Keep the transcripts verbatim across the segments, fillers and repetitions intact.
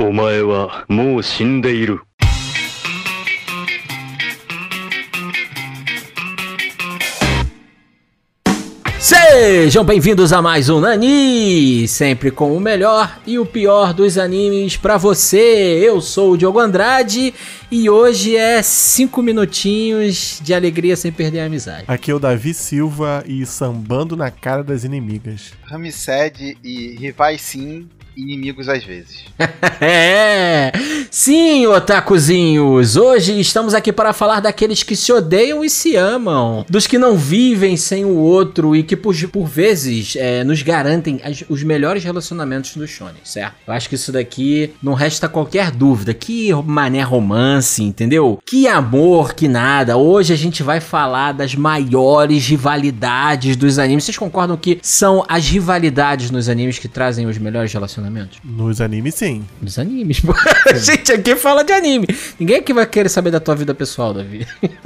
お前はもう死んでいる。 Sejam bem-vindos a mais um Nani, sempre com o melhor e o pior dos animes pra você. Eu sou o Diogo Andrade e hoje é cinco minutinhos de alegria sem perder a amizade. Aqui é o Davi Silva e sambando na cara das inimigas. Ramsed e rivais sim, inimigos às vezes. É, sim, otakuzinhos, hoje estamos aqui para falar daqueles que se odeiam e se amam, dos que não vivem sem o outro e que por, por vezes é, nos garantem as, os melhores relacionamentos do shonen, certo? Eu acho que isso daqui não resta qualquer dúvida, que mané romance, entendeu? Que amor, que nada. Hoje a gente vai falar das maiores rivalidades dos animes. Vocês concordam que são as rivalidades nos animes que trazem os melhores relacionamentos? Nos animes, sim. Nos animes, pô. A gente aqui fala de anime. Ninguém aqui vai querer saber da tua vida pessoal, Davi.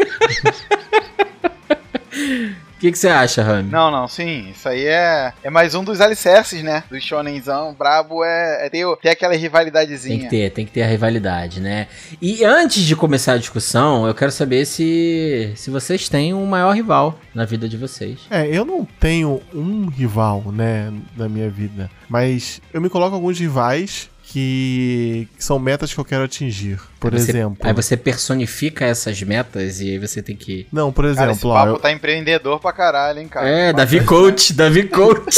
O que que você acha, Rami? Não, não, sim. Isso aí é, é mais um dos alicerces, né? Do shonenzão brabo é, é ter, ter aquela rivalidadezinha. Tem que ter, tem que ter a rivalidade, né? E antes de começar a discussão, eu quero saber se, se vocês têm um maior rival na vida de vocês. É, eu não tenho um rival, né, na minha vida. Mas eu me coloco alguns rivais que, que são metas que eu quero atingir. Por aí você, exemplo... Aí você personifica essas metas e aí você tem que... Não, por exemplo... Cara, esse ó, papo eu... tá empreendedor pra caralho, hein, cara. É, Davi Coach, Davi Coach.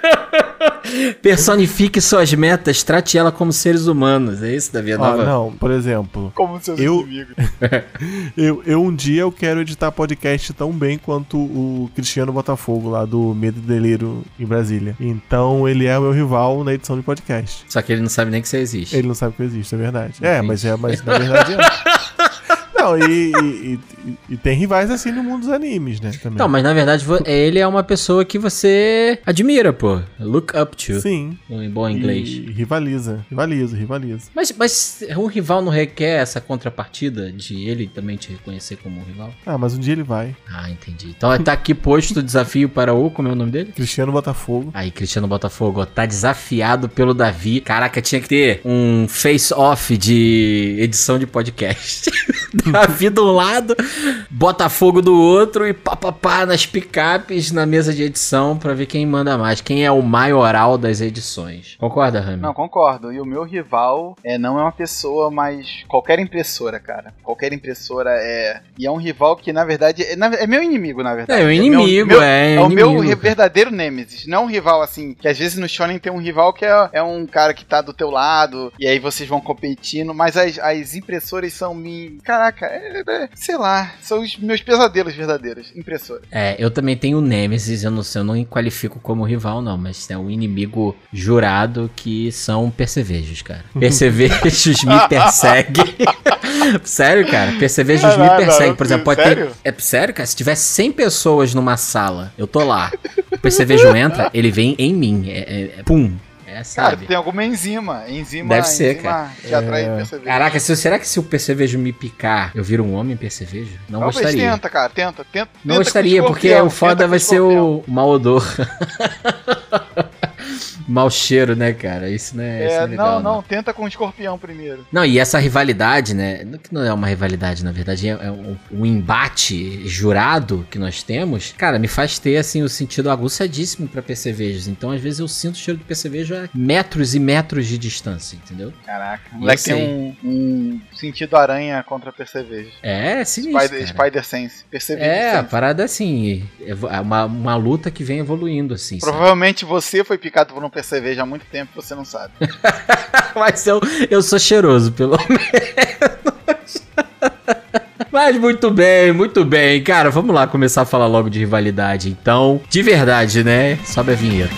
Personifique suas metas, trate ela como seres humanos. É isso, Davi? Ah, nova... não, por exemplo... Como seus eu... inimigos. eu, eu um dia eu quero editar podcast tão bem quanto o Cristiano Botafogo, lá do Medo e Delírio em Brasília. Então ele é o meu rival na edição de podcast. Só que ele não sabe nem que você existe. Ele não sabe que eu existo, é verdade. Entendi. É, mas é, mas na verdade é. Não, e, e, e, e tem rivais assim no mundo dos animes, né? Também. Não, mas na verdade ele é uma pessoa que você admira, pô. Look up to. Sim. Em bom inglês. E rivaliza, rivaliza, rivaliza. Mas, mas um rival não requer essa contrapartida de ele também te reconhecer como um rival? Ah, mas um dia ele vai. Ah, entendi. Então tá aqui posto o desafio para o... Como é o nome dele? Cristiano Botafogo. Aí, Cristiano Botafogo, ó, tá desafiado pelo Davi. Caraca, tinha que ter um face-off de edição de podcast. Davi de um lado, Botafogo do outro e papapá nas picapes na mesa de edição pra ver quem manda mais, quem é o maioral das edições. Concorda, Rami? Não, concordo. E o meu rival é, não é uma pessoa, mas qualquer impressora, cara. Qualquer impressora é... E é um rival que, na verdade, é, é meu inimigo, na verdade. É o inimigo, meu, meu, é. É o inimigo. meu verdadeiro nêmesis. Não é um rival, assim, que às vezes no shonen tem um rival que é, é um cara que tá do teu lado, e aí vocês vão competindo, mas as, as impressoras são... Me... Caraca, é, é, sei lá, são os meus pesadelos verdadeiros, impressoras. É, eu também tenho o Nemesis, eu não sei, eu não qualifico como rival não, mas é um inimigo jurado que são percevejos, cara. Percevejos me perseguem. Sério, cara, percevejos me perseguem. Por exemplo, pode sério? ter... É sério, cara, se tiver cem pessoas numa sala, eu tô lá, o percevejo entra, ele vem em mim, é, é, é pum. É, sabe? Cara, tem alguma enzima. Enzima Deve ser, enzima cara. que atrai É... percevejo. Caraca, se, será que se o percevejo me picar, eu viro um homem percevejo? Não Talvez gostaria. tenta, cara, tenta. tenta Não tenta gostaria, com porque escorpião, o foda tenta com vai ser escorpião. o mau odor. Mau cheiro, né, cara? Isso não é, isso não É, é legal, não, não, tenta com o escorpião primeiro. Não, e essa rivalidade, né? Que não é uma rivalidade, na verdade, é um, um embate jurado que nós temos. Cara, me faz ter, assim, o sentido aguçadíssimo pra percevejos. Então, às vezes, eu sinto o cheiro do percevejo a metros e metros de distância, entendeu? Caraca, o Eu moleque sei. tem um, um sentido aranha contra percevejo. É, sinistro, Spider, cara. Spider Sense. Percevejo É, a sense. parada assim, é uma, uma luta que vem evoluindo, assim. sabe? Provavelmente você foi picado por um percevejo há muito tempo e você não sabe. Mas eu, eu sou cheiroso, pelo menos. Mas muito bem, muito bem. Cara, vamos lá começar a falar logo de rivalidade. Então, de verdade, né? Sobe a vinheta.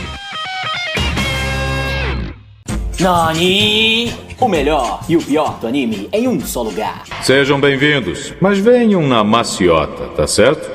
Nani! O melhor e o pior do anime em um só lugar. Sejam bem-vindos, mas venham na maciota, tá certo?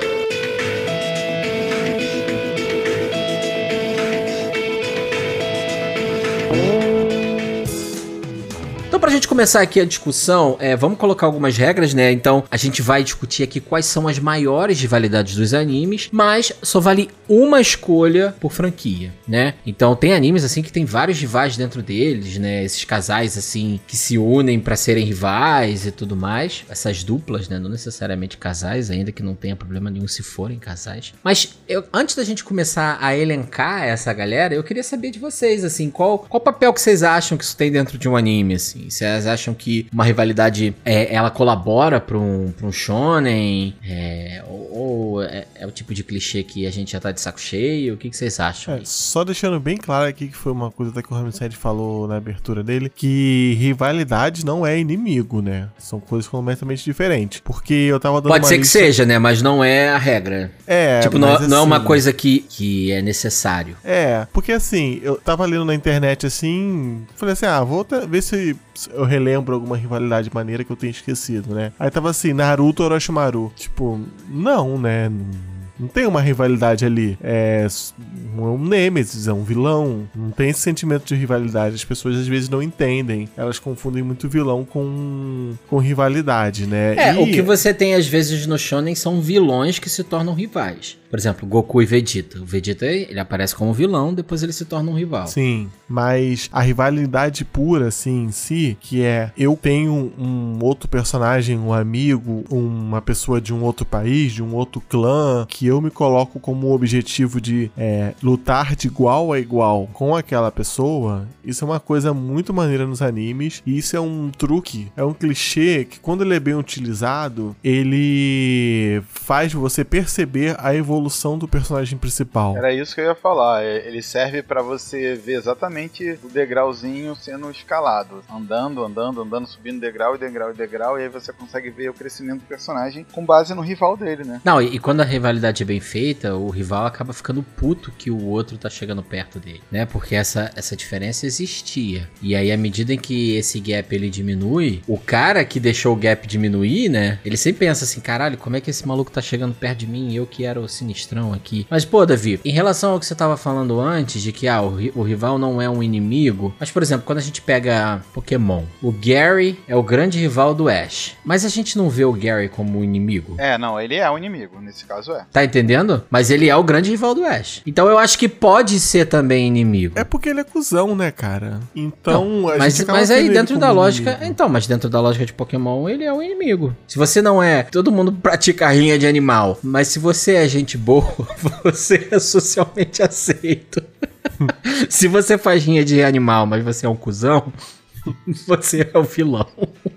Então, pra gente começar aqui a discussão, é, vamos colocar algumas regras, né? Então, a gente vai discutir aqui quais são as maiores rivalidades dos animes, mas só vale uma escolha por franquia, né? Então, tem animes, assim, que tem vários rivais dentro deles, né? Esses casais, assim, que se unem pra serem rivais e tudo mais. Essas duplas, né? Não necessariamente casais, ainda que não tenha problema nenhum se forem casais. Mas, eu, antes da gente começar a elencar essa galera, eu queria saber de vocês, assim, qual, qual papel que vocês acham que isso tem dentro de um anime, assim? Vocês acham que uma rivalidade, é, ela colabora para um, pra um shonen? É, ou ou é, é o tipo de clichê que a gente já tá de saco cheio? O que, que vocês acham? É, só deixando bem claro aqui que foi uma coisa até que o Ramsed falou na abertura dele, que rivalidade não é inimigo, né? São coisas completamente diferentes. Porque eu tava dando Pode uma ser lista... que seja, né? Mas não é a regra. É, tipo, não, mas, não é uma assim, coisa que, que é necessário. É, porque assim, eu tava lendo na internet assim, falei assim, ah, vou ver se eu relembro alguma rivalidade maneira que eu tenha esquecido, né? Aí tava assim, Naruto ou Orochimaru. Tipo, não, né? Não tem uma rivalidade ali. É um Nêmesis, é um vilão. Não tem esse sentimento de rivalidade. As pessoas às vezes não entendem. Elas confundem muito vilão com, com rivalidade, né? É, e... o que você tem às vezes no shonen são vilões que se tornam rivais. Por exemplo, Goku e Vegeta. O Vegeta, ele aparece como vilão, depois ele se torna um rival. Sim, mas a rivalidade pura, assim, em si, que é eu tenho um outro personagem, um amigo, uma pessoa de um outro país, de um outro clã, que eu me coloco como objetivo de é, lutar de igual a igual com aquela pessoa, isso é uma coisa muito maneira nos animes, e isso é um truque, é um clichê que quando ele é bem utilizado, ele faz você perceber a evolução evolução do personagem principal. Era isso que eu ia falar. Ele serve pra você ver exatamente o degrauzinho sendo escalado. Andando, andando, andando, subindo degrau e degrau e degrau. E aí você consegue ver o crescimento do personagem com base no rival dele, né? Não, e, e quando a rivalidade é bem feita, o rival acaba ficando puto que o outro tá chegando perto dele, né? Porque essa, essa diferença existia. E aí, à medida em que esse gap ele diminui, o cara que deixou o gap diminuir, né? Ele sempre pensa assim, caralho, como é que esse maluco tá chegando perto de mim e eu que era o sinistrão aqui. Mas, pô, Davi, em relação ao que você tava falando antes, de que ah, o, o rival não é um inimigo, mas, por exemplo, quando a gente pega Pokémon, o Gary é o grande rival do Ash, mas a gente não vê o Gary como um inimigo. É, não, ele é um inimigo, nesse caso é. Tá entendendo? Mas ele é o grande rival do Ash. Então eu acho que pode ser também inimigo. É porque ele é cuzão, né, cara? Então, não, a mas, gente acaba mas aí vendo dentro ele da como lógica, inimigo. então, mas dentro da lógica de Pokémon, ele é o inimigo. Se você não é, todo mundo pratica rinha de animal, mas se você é gente boa, você é socialmente aceito. Se você faz rinha de animal, mas você é um cuzão, você é o vilão.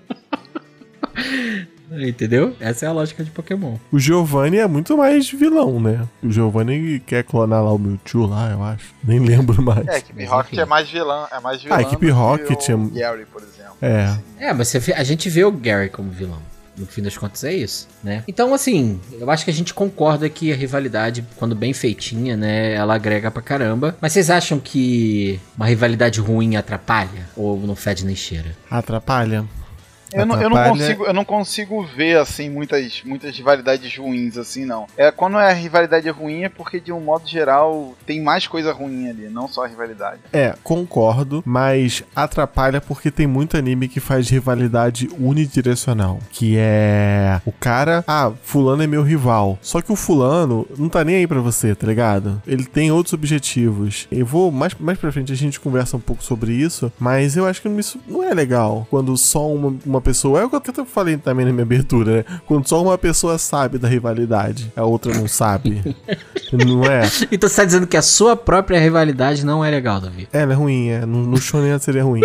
Entendeu? Essa é a lógica de Pokémon. O Giovanni é muito mais vilão, né? O Giovanni quer clonar lá o Mewtwo lá, eu acho. Nem lembro mais. É, a equipe Rocket é mais vilã, é mais vilã Ah, a equipe do Rocket que o é- Gary, por exemplo. É. Assim. É, mas você vê- a gente vê o Gary como vilão. No fim das contas é isso, né? Então, assim, eu acho que a gente concorda que a rivalidade, quando bem feitinha, né, ela agrega pra caramba. Mas vocês acham que uma rivalidade ruim atrapalha? Ou não fede nem cheira? Atrapalha? Eu não, eu, não Atrapalha- consigo, eu não consigo ver, assim, muitas, muitas rivalidades ruins, assim, não. É, quando é rivalidade ruim é porque, de um modo geral, tem mais coisa ruim ali, não só a rivalidade. É, concordo, mas atrapalha porque tem muito anime que faz rivalidade unidirecional. Que é o cara, ah, fulano é meu rival. Só que o fulano não tá nem aí pra você, tá ligado? Ele tem outros objetivos. Eu vou, mais, mais pra frente a gente conversa um pouco sobre isso, mas eu acho que isso não é legal. Quando só uma, uma pessoa, é o que eu até falei também na minha abertura, né? Quando só uma pessoa sabe da rivalidade, a outra não sabe. Não é? Então você tá dizendo que a sua própria rivalidade não é legal, Davi? É, ela é ruim, é. No, no shonen seria ruim.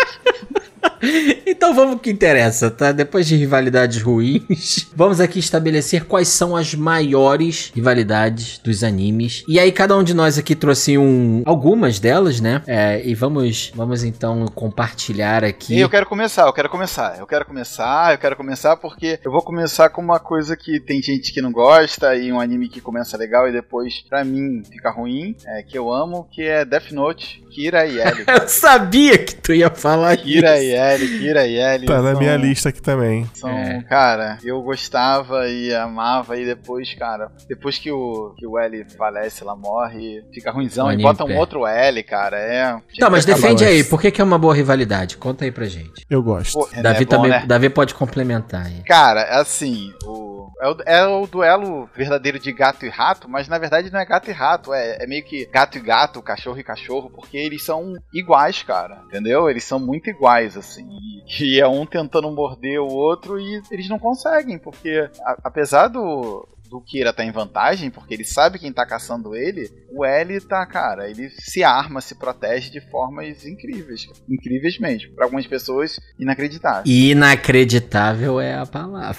Então vamos ao que interessa, tá? Depois de rivalidades ruins, vamos aqui estabelecer quais são as maiores rivalidades dos animes. E aí cada um de nós aqui trouxe um, algumas delas, né? É, e vamos, vamos então compartilhar aqui. E eu quero começar, eu quero começar, eu quero começar, eu quero começar porque eu vou começar com uma coisa que tem gente que não gosta e um anime que começa legal e depois, pra mim, fica ruim, é, que eu amo, que é Death Note, Kira e L. Eu sabia que tu ia falar Kira isso. e L, Kira e L. Tá na são- minha lista aqui também. São, É. cara, eu gostava e amava, e depois, cara, depois que o, que o L falece, ela morre, fica ruimzão, O e anime bota um perde. outro L, cara, é... Tá, mas Acaba- defende mas- aí, por que, que é uma boa rivalidade? Conta aí pra gente. Eu gosto. Pô, é Davi, bom, também, né? Davi pode complementar aí. Cara, é assim, o, é, o, é o duelo verdadeiro de gato e rato, mas na verdade não é gato e rato, é, é meio que gato e gato, cachorro e cachorro, porque eles são iguais, cara, entendeu? Eles são muito iguais, assim, e, e é um tentando morder o outro e eles não conseguem, porque a- apesar do... do Kira tá em vantagem, porque ele sabe quem tá caçando ele, o L tá, cara, ele se arma, se protege de formas incríveis. Incríveis mesmo. Pra algumas pessoas, inacreditáveis. Inacreditável é a palavra.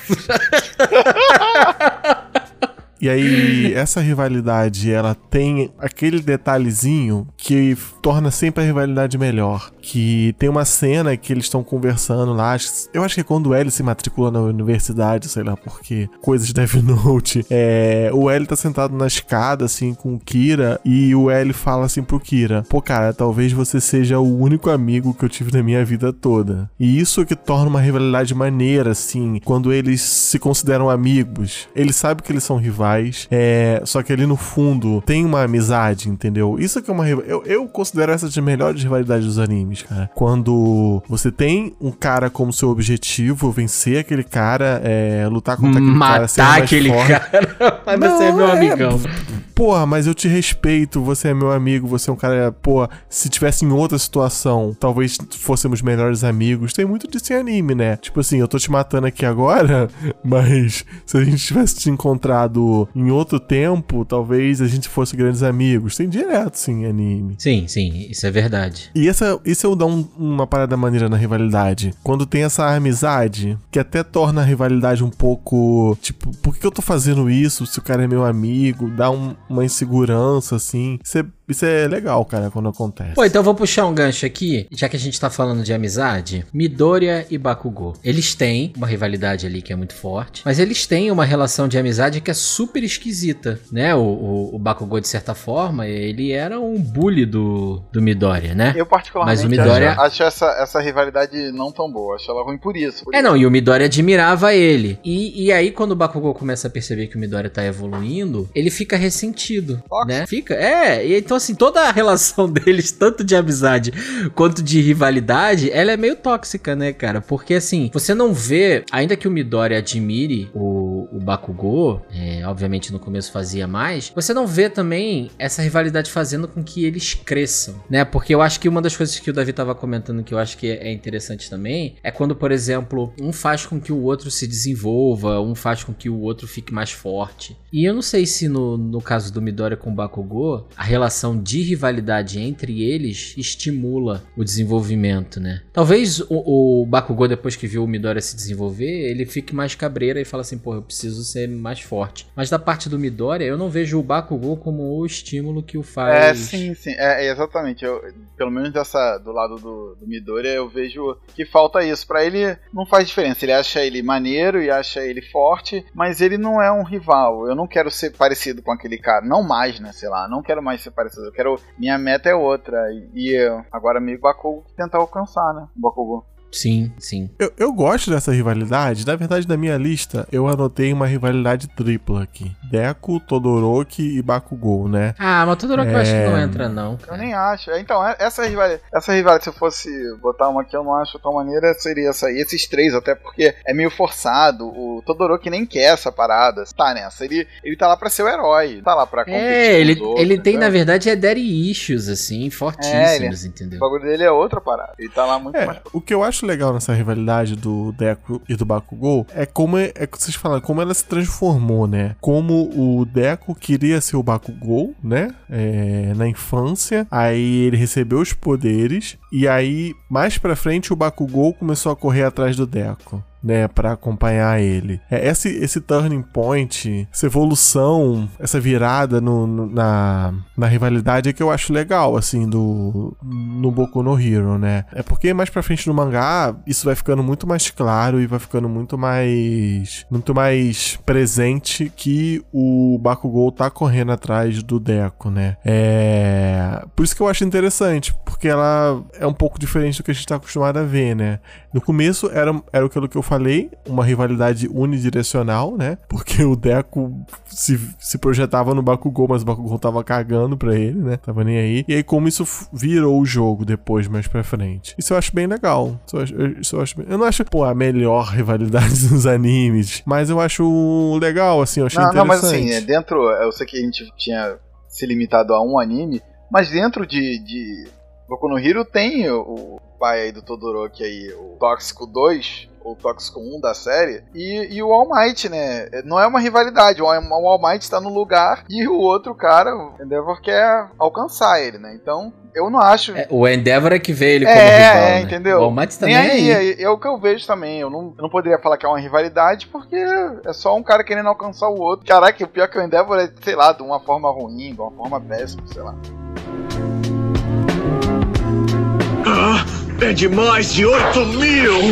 E aí, essa rivalidade, ela tem aquele detalhezinho que torna sempre a rivalidade melhor. Que tem uma cena que eles estão conversando lá. Eu acho que é quando o L se matricula na universidade, sei lá por quê. Coisas de Death Note. É, o L tá sentado na escada, assim, com o Kira. E o L fala assim pro Kira: pô, cara, talvez você seja o único amigo que eu tive na minha vida toda. E isso que torna uma rivalidade maneira, assim, quando eles se consideram amigos. Eles sabem que eles são rivais. É, só que ali no fundo tem uma amizade, entendeu? Isso que é uma rivalidade. Eu, eu considero essa de melhores rivalidades dos animes, cara. Quando você tem um cara como seu objetivo, vencer aquele cara, é, lutar contra aquele cara, ser Matar mais aquele forte. cara. Mas Não, você é meu é, amigão. Porra, mas eu te respeito, você é meu amigo, você é um cara, porra, se tivesse em outra situação, talvez fôssemos melhores amigos. Tem muito disso em anime, né? Tipo assim, eu tô te matando aqui agora, mas se a gente tivesse te encontrado em outro tempo, talvez a gente fosse grandes amigos. Tem direto, sim, em anime. Sim, sim, isso é verdade. E essa, isso eu dou um, uma parada maneira na rivalidade. Quando tem essa amizade, que até torna a rivalidade um pouco, tipo, por que eu tô fazendo isso se o cara é meu amigo? Dá um, uma insegurança, assim. Isso é, isso é legal, cara, quando acontece. Pô, então eu vou puxar um gancho aqui, já que a gente tá falando de amizade. Midoriya e Bakugou. Eles têm uma rivalidade ali que é muito forte, mas eles têm uma relação de amizade que é super esquisita, né? O, o, o Bakugou, de certa forma, ele era um bully do, do Midoriya, né? Eu particularmente Mas o Midoriya- acho, acho essa, essa rivalidade não tão boa. Acho ela ruim por isso. por É, isso. não, e o Midoriya admirava ele. E, e aí, quando o Bakugou começa a perceber que o Midoriya tá evoluindo, ele fica ressentido, Tóxico. né? Fica, é, e então assim, toda a relação deles, tanto de amizade quanto de rivalidade, ela é meio tóxica, né, cara? Porque assim, você não vê, ainda que o Midoriya admire o, o Bakugou, é, obviamente no começo fazia mais, você não vê também essa rivalidade fazendo com que eles cresçam, né? Porque eu acho que uma das coisas que o Davi tava comentando que eu acho que é interessante também, é quando, por exemplo, um faz com que o outro se desenvolva, um faz com que o outro fique mais forte. E eu não sei se no, no caso do Midoriya com o Bakugou, a relação de rivalidade entre eles estimula o desenvolvimento, né? Talvez o, o Bakugou, depois que viu o Midoriya se desenvolver, ele fique mais cabreira e fala assim, pô, eu preciso ser mais forte. Mas da parte do Midoriya, eu não vejo o Bakugou como o estímulo que o faz... É, sim, sim. É, é exatamente. Eu, pelo menos dessa, do lado do, do Midoriya, eu vejo que falta isso. Pra ele, não faz diferença. Ele acha ele maneiro e acha ele forte, mas ele não é um rival. Eu não quero ser parecido com aquele cara. Não mais, né? Sei lá. Não quero mais ser parecido. Eu quero... Minha meta é outra. E, e eu, agora meio Bakugou tentar alcançar, né? O Bakugou. Sim, sim. Eu, eu gosto dessa rivalidade. Na verdade, na minha lista, eu anotei uma rivalidade tripla aqui. Deku, Todoroki e Bakugou, né? Ah, mas Todoroki eu acho que É. não entra, não, Eu cara. nem acho. Então, é- essa rivalidade, essa rivalidade, se eu fosse botar uma aqui, eu não acho tão maneira, seria essa aí. Esses três, até porque é meio forçado. O Todoroki nem quer essa parada. Tá nessa. Ele, ele tá lá pra ser o herói. Tá lá pra competir É, com ele, os outros, ele tem, entendeu? na verdade, é daddy issues, assim, fortíssimos, O entendeu? bagulho dele é outra parada. Ele tá lá muito mais... É, o que eu acho legal nessa rivalidade do Deku e do Bakugou é como é, é que vocês falam, como ela se transformou, né? Como o Deku queria ser o Bakugou, né? É, na infância, aí ele recebeu os poderes e aí mais pra frente o Bakugou começou a correr atrás do Deku. né, pra acompanhar ele. É, esse, esse turning point, essa evolução, essa virada no, no, na, na rivalidade é que eu acho legal, assim, do, no Boku no Hero, né? É porque mais pra frente no mangá, isso vai ficando muito mais claro e vai ficando muito mais muito mais presente que o Bakugou tá correndo atrás do Deco, né? É... Por isso que eu acho interessante, porque ela é um pouco diferente do que a gente tá acostumado a ver, né? No começo era, era aquilo que eu falei, uma rivalidade unidirecional, né? Porque o Deco se, se projetava no Bakugou, mas o Bakugou tava cagando pra ele, né? Tava nem aí. E aí como isso virou o jogo depois, mais pra frente. Isso eu acho bem legal. Isso eu, acho, isso eu, acho bem... eu não acho, pô, a melhor rivalidade dos animes, mas eu acho legal, assim, eu achei não, interessante. Não, mas assim, dentro, eu sei que a gente tinha se limitado a um anime, mas dentro de, de Boku no Hero tem o, o pai aí do Todoroki aí, o Tóxico dois, ou Tóxico um da série, e, e o All Might, né? Não é uma rivalidade, o All Might tá no lugar e o outro cara, o Endeavor, quer alcançar ele, né? Então, eu não acho... É, o Endeavor é que vê ele como é, rival, É, né? entendeu? O All Might também Nem aí, aí. É, é o que eu vejo também. Eu não, eu não poderia falar que é uma rivalidade, porque é só um cara querendo alcançar o outro. Caraca, o pior é que o Endeavor é, sei lá, de uma forma ruim, de uma forma péssima, sei lá. Ah, é de mais de oito mil!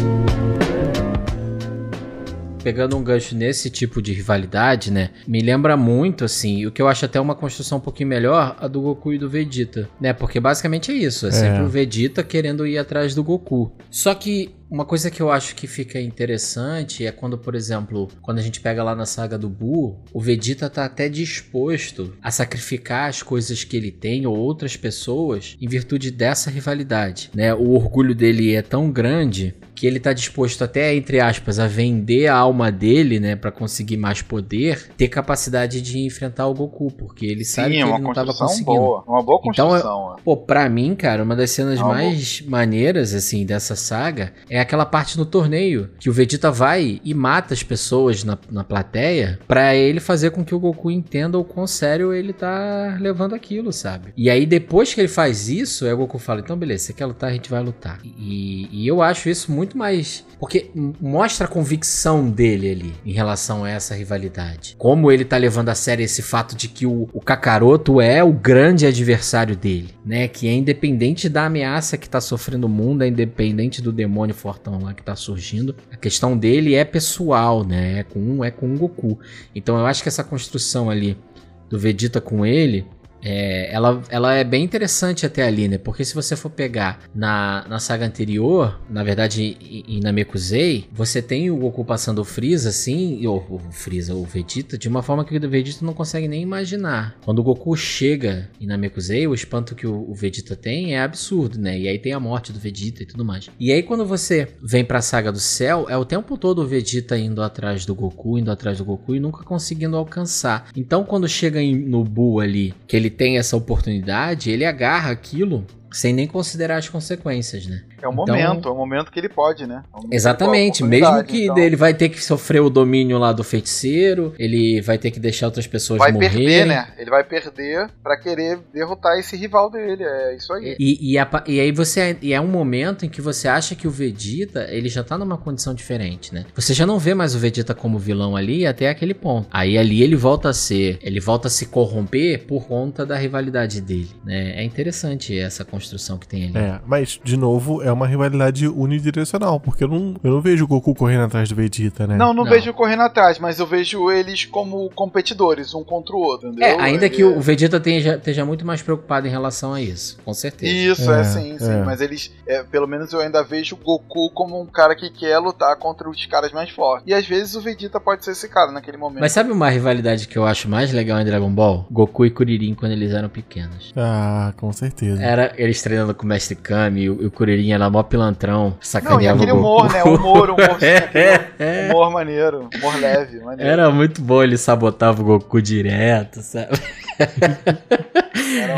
Pegando um gancho nesse tipo de rivalidade, né, me lembra muito, assim, o que eu acho até uma construção um pouquinho melhor, a do Goku e do Vegeta, né, porque basicamente é isso, é, é. sempre o Vegeta querendo ir atrás do Goku. Só que uma coisa que eu acho que fica interessante é quando, por exemplo, quando a gente pega lá na saga do Buu, o Vegeta tá até disposto a sacrificar as coisas que ele tem ou outras pessoas em virtude dessa rivalidade, né? O orgulho dele é tão grande que ele tá disposto até, entre aspas, a vender a alma dele, né, pra conseguir mais poder, ter capacidade de enfrentar o Goku, porque ele Sim, sabe que ele não tava conseguindo. Boa, uma boa construção. Então, pô, pra mim, cara, uma das cenas uma mais boa. maneiras, assim, dessa saga é aquela parte no torneio, que o Vegeta vai e mata as pessoas na, na plateia pra ele fazer com que o Goku entenda o quão sério ele tá levando aquilo, sabe? E aí, depois que ele faz isso, aí o Goku fala, então beleza, você quer lutar, a gente vai lutar. E, e eu acho isso muito muito mais... Porque mostra a convicção dele ali em relação a essa rivalidade. Como ele tá levando a sério esse fato de que o, o Kakaroto é o grande adversário dele, né? Que é independente da ameaça que tá sofrendo o mundo, é independente do demônio fortão lá que tá surgindo. A questão dele é pessoal, né? É com, é com o Goku. Então eu acho que essa construção ali do Vegeta com ele... É, ela, ela é bem interessante até ali, né? Porque se você for pegar na, na saga anterior, na verdade em, em Namekusei, você tem o Goku passando o Freeza assim, ou o Freeza, o Vegeta, de uma forma que o Vegeta não consegue nem imaginar. Quando o Goku chega em Namekusei, o espanto que o, o Vegeta tem é absurdo, né? E aí tem a morte do Vegeta e tudo mais. E aí quando você vem pra saga do céu, é o tempo todo o Vegeta indo atrás do Goku, indo atrás do Goku e nunca conseguindo alcançar. Então quando chega em, no Buu ali, que ele tem essa oportunidade, ele agarra aquilo sem nem considerar as consequências, né? É o então, momento, é o momento que ele pode, né? É exatamente, que mesmo que então... ele vai ter que sofrer o domínio lá do feiticeiro, ele vai ter que deixar outras pessoas vai morrerem. Vai perder, né? Ele vai perder pra querer derrotar esse rival dele, é isso aí. E, e, a, e aí você, e é um momento em que você acha que o Vegeta, ele já tá numa condição diferente, né? Você já não vê mais o Vegeta como vilão ali até aquele ponto. Aí ali ele volta a ser, ele volta a se corromper por conta da rivalidade dele, né? É interessante essa construção que tem ali. É, mas, de novo, é uma rivalidade unidirecional, porque eu não, eu não vejo o Goku correndo atrás do Vegeta, né? Não, não, não vejo correndo atrás, mas eu vejo eles como competidores, um contra o outro, entendeu? É, ainda ele... que o Vegeta esteja, esteja muito mais preocupado em relação a isso, com certeza. Isso, é, é sim, sim, é. mas eles, é, pelo menos eu ainda vejo o Goku como um cara que quer lutar contra os caras mais fortes. E às vezes o Vegeta pode ser esse cara naquele momento. Mas sabe uma rivalidade que eu acho mais legal em Dragon Ball? Goku e Kuririn quando eles eram pequenos. Ah, com certeza. Era eles treinando com o Mestre Kami e o, o Kuririn era mó pilantrão, sacaneava o Goku. Não, e aquele humor, né? O humor, o humor, é, é, é. humor maneiro, humor leve, maneiro. Era muito bom, ele sabotava o Goku direto, sabe? Era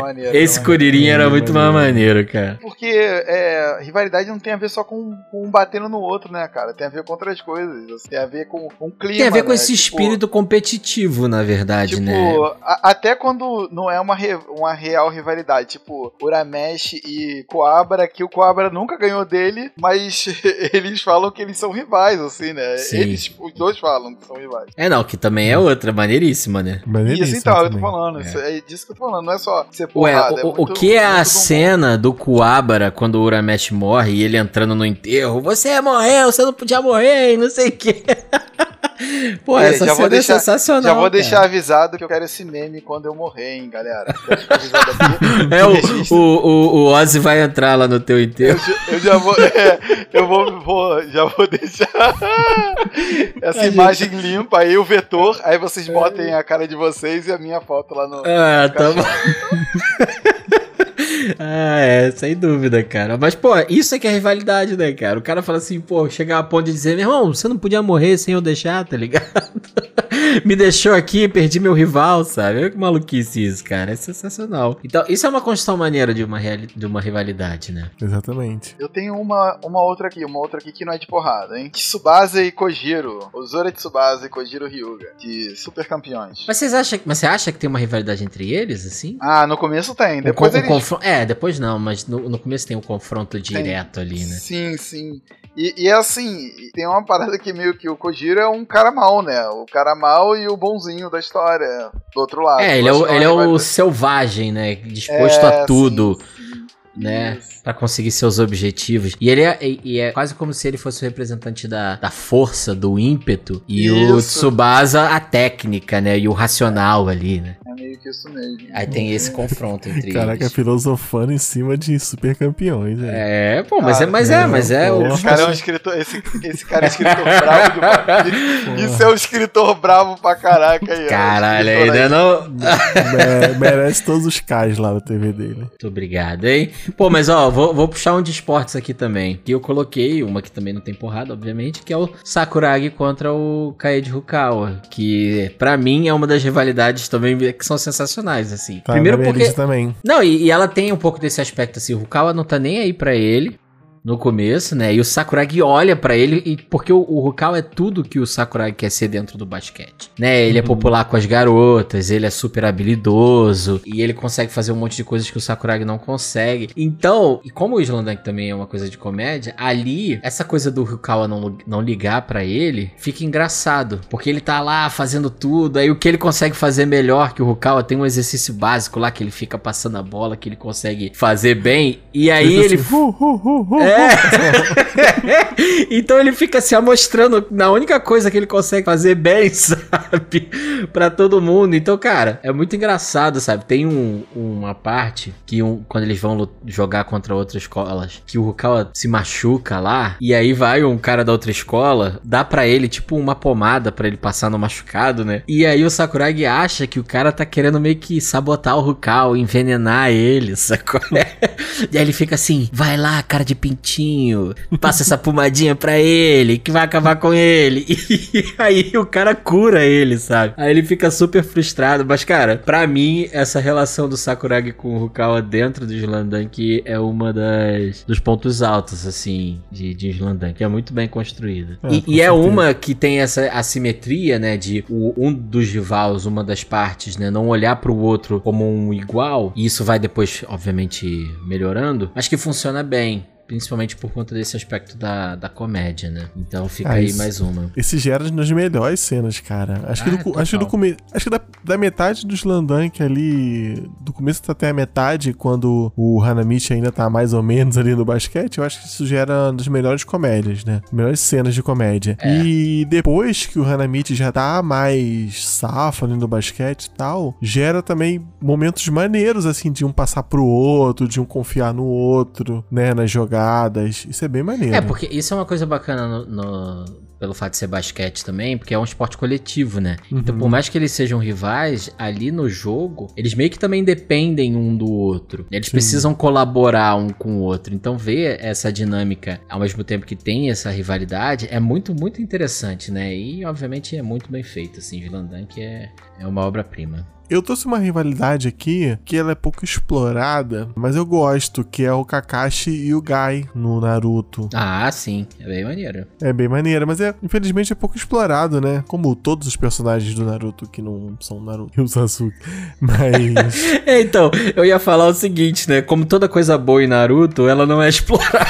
maneiro. Esse era Kuririn era Era muito maneiro. mais maneiro, cara. Porque é, rivalidade não tem a ver só com, com um batendo no outro, né, cara? Tem a ver com outras coisas. Assim, tem a ver com um clima. Tem a ver com né? esse Tipo, espírito competitivo, na verdade, Tipo, né? a- até quando não é uma, re- uma real rivalidade, tipo, Uramesh e Coabra, que o Coabra nunca ganhou dele, mas eles falam que eles são rivais, assim, né? Sim. Eles, os dois falam que são rivais. É, não, que também é outra, maneiríssima, né? Maneiríssimo Isso então, eu tô também. falando, É. isso, é disso que eu tô falando, não é só ser Ué, porrada. o, é o muito- que é a muito bom. cena do Kuwabara quando o Uramesh morre e ele entrando no enterro? Você morreu, você não podia morrer e não sei o quê. Pô, E aí, essa já cena vou deixar- é sensacional. Já vou cara. deixar avisado que eu quero esse meme quando eu morrer, hein, galera. Já fico avisado aqui. É, o, Registro. o, o, o Ozzy vai entrar lá no teu enterro. Eu já vou, é, eu vou, vou- já vou deixar essa imagem limpa aí, o vetor, aí vocês botem a cara de vocês e a minha foto lá no... Ah, tá bom. Ah, é, sem dúvida, cara. Mas, pô, isso é que é rivalidade, né, cara? O cara fala assim, pô, chegar a ponto de dizer, meu irmão, você não podia morrer sem eu deixar, tá ligado? Me deixou aqui, perdi meu rival, sabe? Olha que maluquice isso, cara. É sensacional. Então, isso é uma construção maneira de uma, reali- de uma rivalidade, né? Exatamente. Eu tenho uma, uma outra aqui, uma outra aqui que não é de porrada, hein? Tsubasa e Kojiro. Ozora Tsubasa e Kojiro Hyuga. De super campeões. Mas, vocês acham, mas você acha que tem uma rivalidade entre eles, assim? Ah, no começo tem. O Depois con- o eles... confron- É, depois não, mas no, no começo tem um confronto Tem. direto ali, né? Sim, sim. E, e é assim, tem uma parada que meio que o Kojiro é um cara mau, né? O cara mau e o bonzinho da história. Do outro lado. É, ele é Eu o, acho que ele é ela vai- o selvagem, né? Disposto É, a tudo, sim, sim. né? Isso. Pra conseguir seus objetivos. E ele é, e- e é quase como se ele fosse o representante da, da força, do ímpeto. E o Isso. Tsubasa, a técnica, né? E o racional ali, né? É meio que isso mesmo. Aí tem esse confronto entre Caraca, eles. filosofando em cima de super campeões, né? É, pô, mas é, mas é, mas é. o- Esse cara é um escritor. Esse, esse cara é escritor bravo demais. Isso é um escritor bravo pra caraca aí. ó. Caralho, Escritor ainda aí. não. Me- merece todos os Ks lá da T V dele. Muito obrigado, hein? Pô, mas ó, vou, vou puxar um de esportes aqui também. Que eu coloquei, uma que também não tem porrada, obviamente, que é o Sakuragi contra o Kaede Rukawa. Que pra mim é uma das rivalidades também que são sensacionais, assim. Tá Primeiro na minha porque. lista também. Não, e, e ela tem um pouco desse aspecto assim. O Rukawa não tá nem aí pra ele. No começo, né? E o Sakuragi olha pra ele, e porque o, o Rukawa é tudo que o Sakuragi quer ser dentro do basquete, né? Ele é popular com as garotas, ele é super habilidoso, e ele consegue fazer um monte de coisas que o Sakuragi não consegue. Então, e como o Slamdunk também é uma coisa de comédia, ali, essa coisa do Rukawa não, não ligar pra ele, fica engraçado, porque ele tá lá fazendo tudo, aí o que ele consegue fazer melhor que o Rukawa, tem um exercício básico lá, que ele fica passando a bola, que ele consegue fazer bem, e aí Ele ele... assim, "Hu, hu, hu, hu". É. Então ele fica se amostrando na única coisa que ele consegue fazer bem, sabe? Pra todo mundo. Então, cara, é muito engraçado, sabe? Tem um, uma parte que um, quando eles vão lu- jogar contra outras escolas, que o Rukawa se machuca lá, e aí vai um cara da outra escola, dá pra ele tipo uma pomada pra ele passar no machucado, né? E aí o Sakuragi acha que o cara tá querendo meio que sabotar o Rukawa, envenenar ele, sacou? E aí ele fica assim, vai lá, cara de pintinho, passa essa pomadinha pra ele, que vai acabar com ele. E aí o cara cura ele, sabe? Aí ele fica super frustrado. Mas, cara, pra mim, essa relação do Sakuragi com o Rukawa dentro do Slamdunk é uma das dos pontos altos, assim, de, de Slamdunk. É muito bem construída. É, e com e é certeza. uma que tem essa assimetria, né, de o- um dos rivais, uma das partes, né, não olhar pro outro como um igual. E isso vai depois, obviamente, melhorando. Mas que funciona bem. Principalmente por conta desse aspecto da, da comédia, né? Então fica Ah, aí isso- mais uma. Esse gera uma das melhores cenas, cara. Acho que, Ah, do, co- acho que, do total. come, acho que da, da metade do Slamdunk ali, do começo até a metade, quando o Hanamichi ainda tá mais ou menos ali no basquete, eu acho que isso gera uma das melhores comédias, né? Melhores cenas de comédia. É. E depois que o Hanamichi já tá mais safo ali no basquete e tal, gera também momentos maneiros, assim, de um passar pro outro, de um confiar no outro, né? Nas jogadas. Isso é bem maneiro. É, porque isso é uma coisa bacana no, no- pelo fato de ser basquete também, porque é um esporte coletivo, né? Então, Uhum. por mais que eles sejam rivais, ali no jogo, eles meio que também dependem um do outro. Eles Sim. precisam colaborar um com o outro. Então, ver essa dinâmica, ao mesmo tempo que tem essa rivalidade, é muito, muito interessante, né? E, obviamente, é muito bem feito, assim. Slamdunk é, É uma obra-prima. Eu trouxe uma rivalidade aqui que ela é pouco explorada, mas eu gosto, que é o Kakashi e o Gai no Naruto. Ah, sim. É bem maneiro. É bem maneira, mas é, infelizmente é pouco explorado, né? Como todos os personagens do Naruto que não são Naruto e o Sasuke. Mas... é, então, eu ia falar o seguinte, né? Como toda coisa boa em Naruto, ela não é explorada.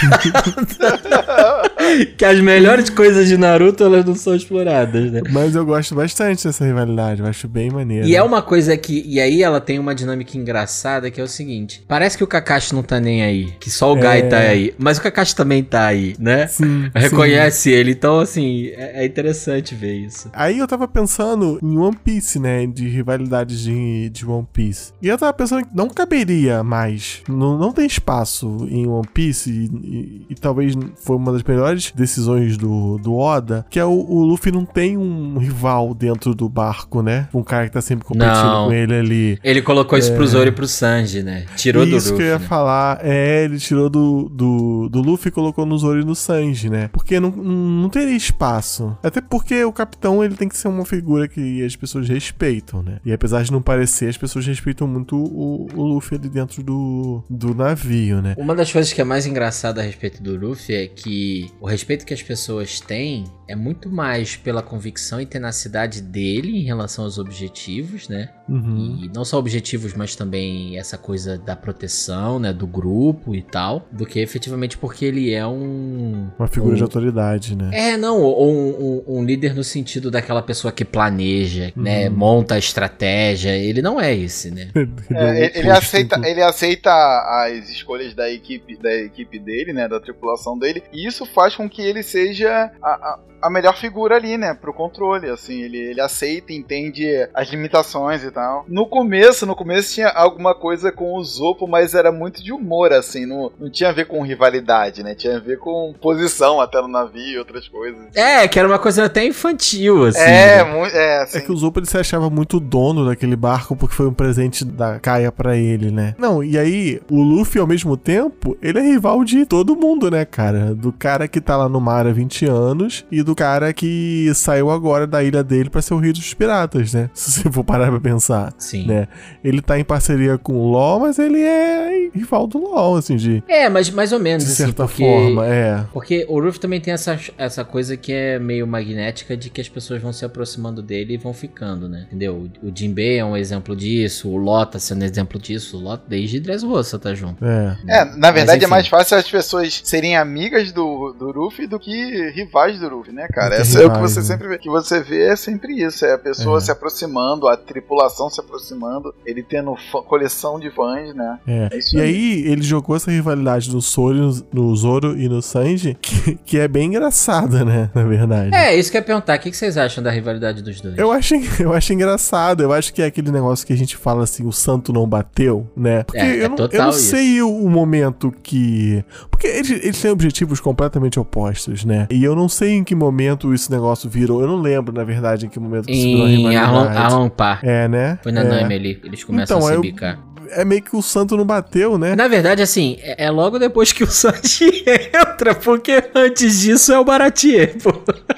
Que as melhores coisas de Naruto, elas não são exploradas, né? Mas eu gosto bastante dessa rivalidade, eu acho bem maneiro. E é uma coisa que... E aí ela tem uma dinâmica engraçada, que é o seguinte. Parece que o Kakashi não tá nem aí. Que só o Gai É. tá aí. Mas o Kakashi também tá aí, né? Sim, Reconhece ele. Então, assim, é, é interessante ver isso. Aí eu tava pensando em One Piece, né? De rivalidades de, de One Piece. E eu tava pensando que não caberia mais. Não, não tem espaço em One Piece. E, e- e talvez foi uma das melhores decisões do, do Oda. Que é o, o Luffy não tem um rival dentro do barco, né? Um cara que tá sempre competindo Não. com ele ali. Ele colocou isso pro Zoro e pro Sanji, né? Tirou do Isso Luffy, que eu ia né? falar. É, ele tirou do, do, do Luffy e colocou no Zoro e no Sanji, né? Porque não, não teria espaço. Até porque o capitão, ele tem que ser uma figura que as pessoas respeitam, né? E apesar de não parecer, as pessoas respeitam muito o, o Luffy ali dentro do, do navio, né? Uma das coisas que é mais engraçada a respeito do Luffy é que o respeito que as pessoas têm é muito mais pela convicção e tenacidade dele em relação aos objetivos, né? Uhum. E não só objetivos, mas também essa coisa da proteção, né? Do grupo e tal. Do que efetivamente porque ele é um... Uma figura um- de autoridade, né? É, não, ou um, um- um líder no sentido daquela pessoa que planeja, né? Monta a estratégia. Ele não é esse, né? Ele É, é um ele, ele oposto, aceita, então. ele aceita as escolhas da equipe, da equipe dele, né, da tripulação dele, e isso faz com que ele seja a, a, a melhor figura ali, né, pro controle, assim, ele, ele aceita, entende as limitações e tal. No começo, no começo tinha alguma coisa com o Zoppo, mas era muito de humor, assim, não, não tinha a ver com rivalidade, né, tinha a ver com posição até no navio e outras coisas. É, que era uma coisa até infantil, assim. É, né? muito, é, assim. É que o Zoppo, ele se achava muito dono daquele barco porque foi um presente da Kaia pra ele, né? Não, e aí, o Luffy, ao mesmo tempo, ele é rival de todo mundo, né, cara? Do cara que tá lá no mar há vinte anos e do cara que saiu agora da ilha dele pra ser o rei dos piratas, né? Se você for parar pra pensar, Sim. né? Ele tá em parceria com o LoL, mas ele é rival do LoL, assim, de, É, mas mais ou menos, de assim, certa porque... forma, é. Porque o Ruffy também tem essa, essa coisa que é meio magnética de que as pessoas vão se aproximando dele e vão ficando, né? Entendeu? O Jinbei é um exemplo disso, o Law tá sendo exemplo disso, o Law desde Dressrosa tá junto. É. É, na verdade enfim. é mais fácil as pessoas serem amigas do, do Luffy do que rivais do Luffy, né, cara? Do que Essa é o que rivais, você né? sempre vê. Que você vê é sempre isso, é a pessoa É. se aproximando, a tripulação se aproximando, ele tendo fã- coleção de fãs, né? É. É isso E aí. aí, ele jogou essa rivalidade no Zoro, no Zoro e no Sanji, que, que é bem engraçada, né? Na verdade. É, isso que eu ia perguntar, o que que vocês acham da rivalidade dos dois? Eu acho, eu acho engraçado, eu acho que é aquele negócio que a gente fala assim, o santo não bateu, né? Porque É, é eu, não, total eu não isso. sei o, o momento que... Porque eles, eles têm objetivos completamente opostos, né? E eu não sei em que momento esse negócio virou, eu não lembro, na verdade, em que momento que isso virou Em Arlong, rivalidade. Arlong Park. É, né? Foi na é. Nami ali, eles começam Então, a se eu- bicar. É meio que o santo não bateu, né? Na verdade, assim, é é logo depois que o Sanji entra, porque antes disso é o Baratier, pô.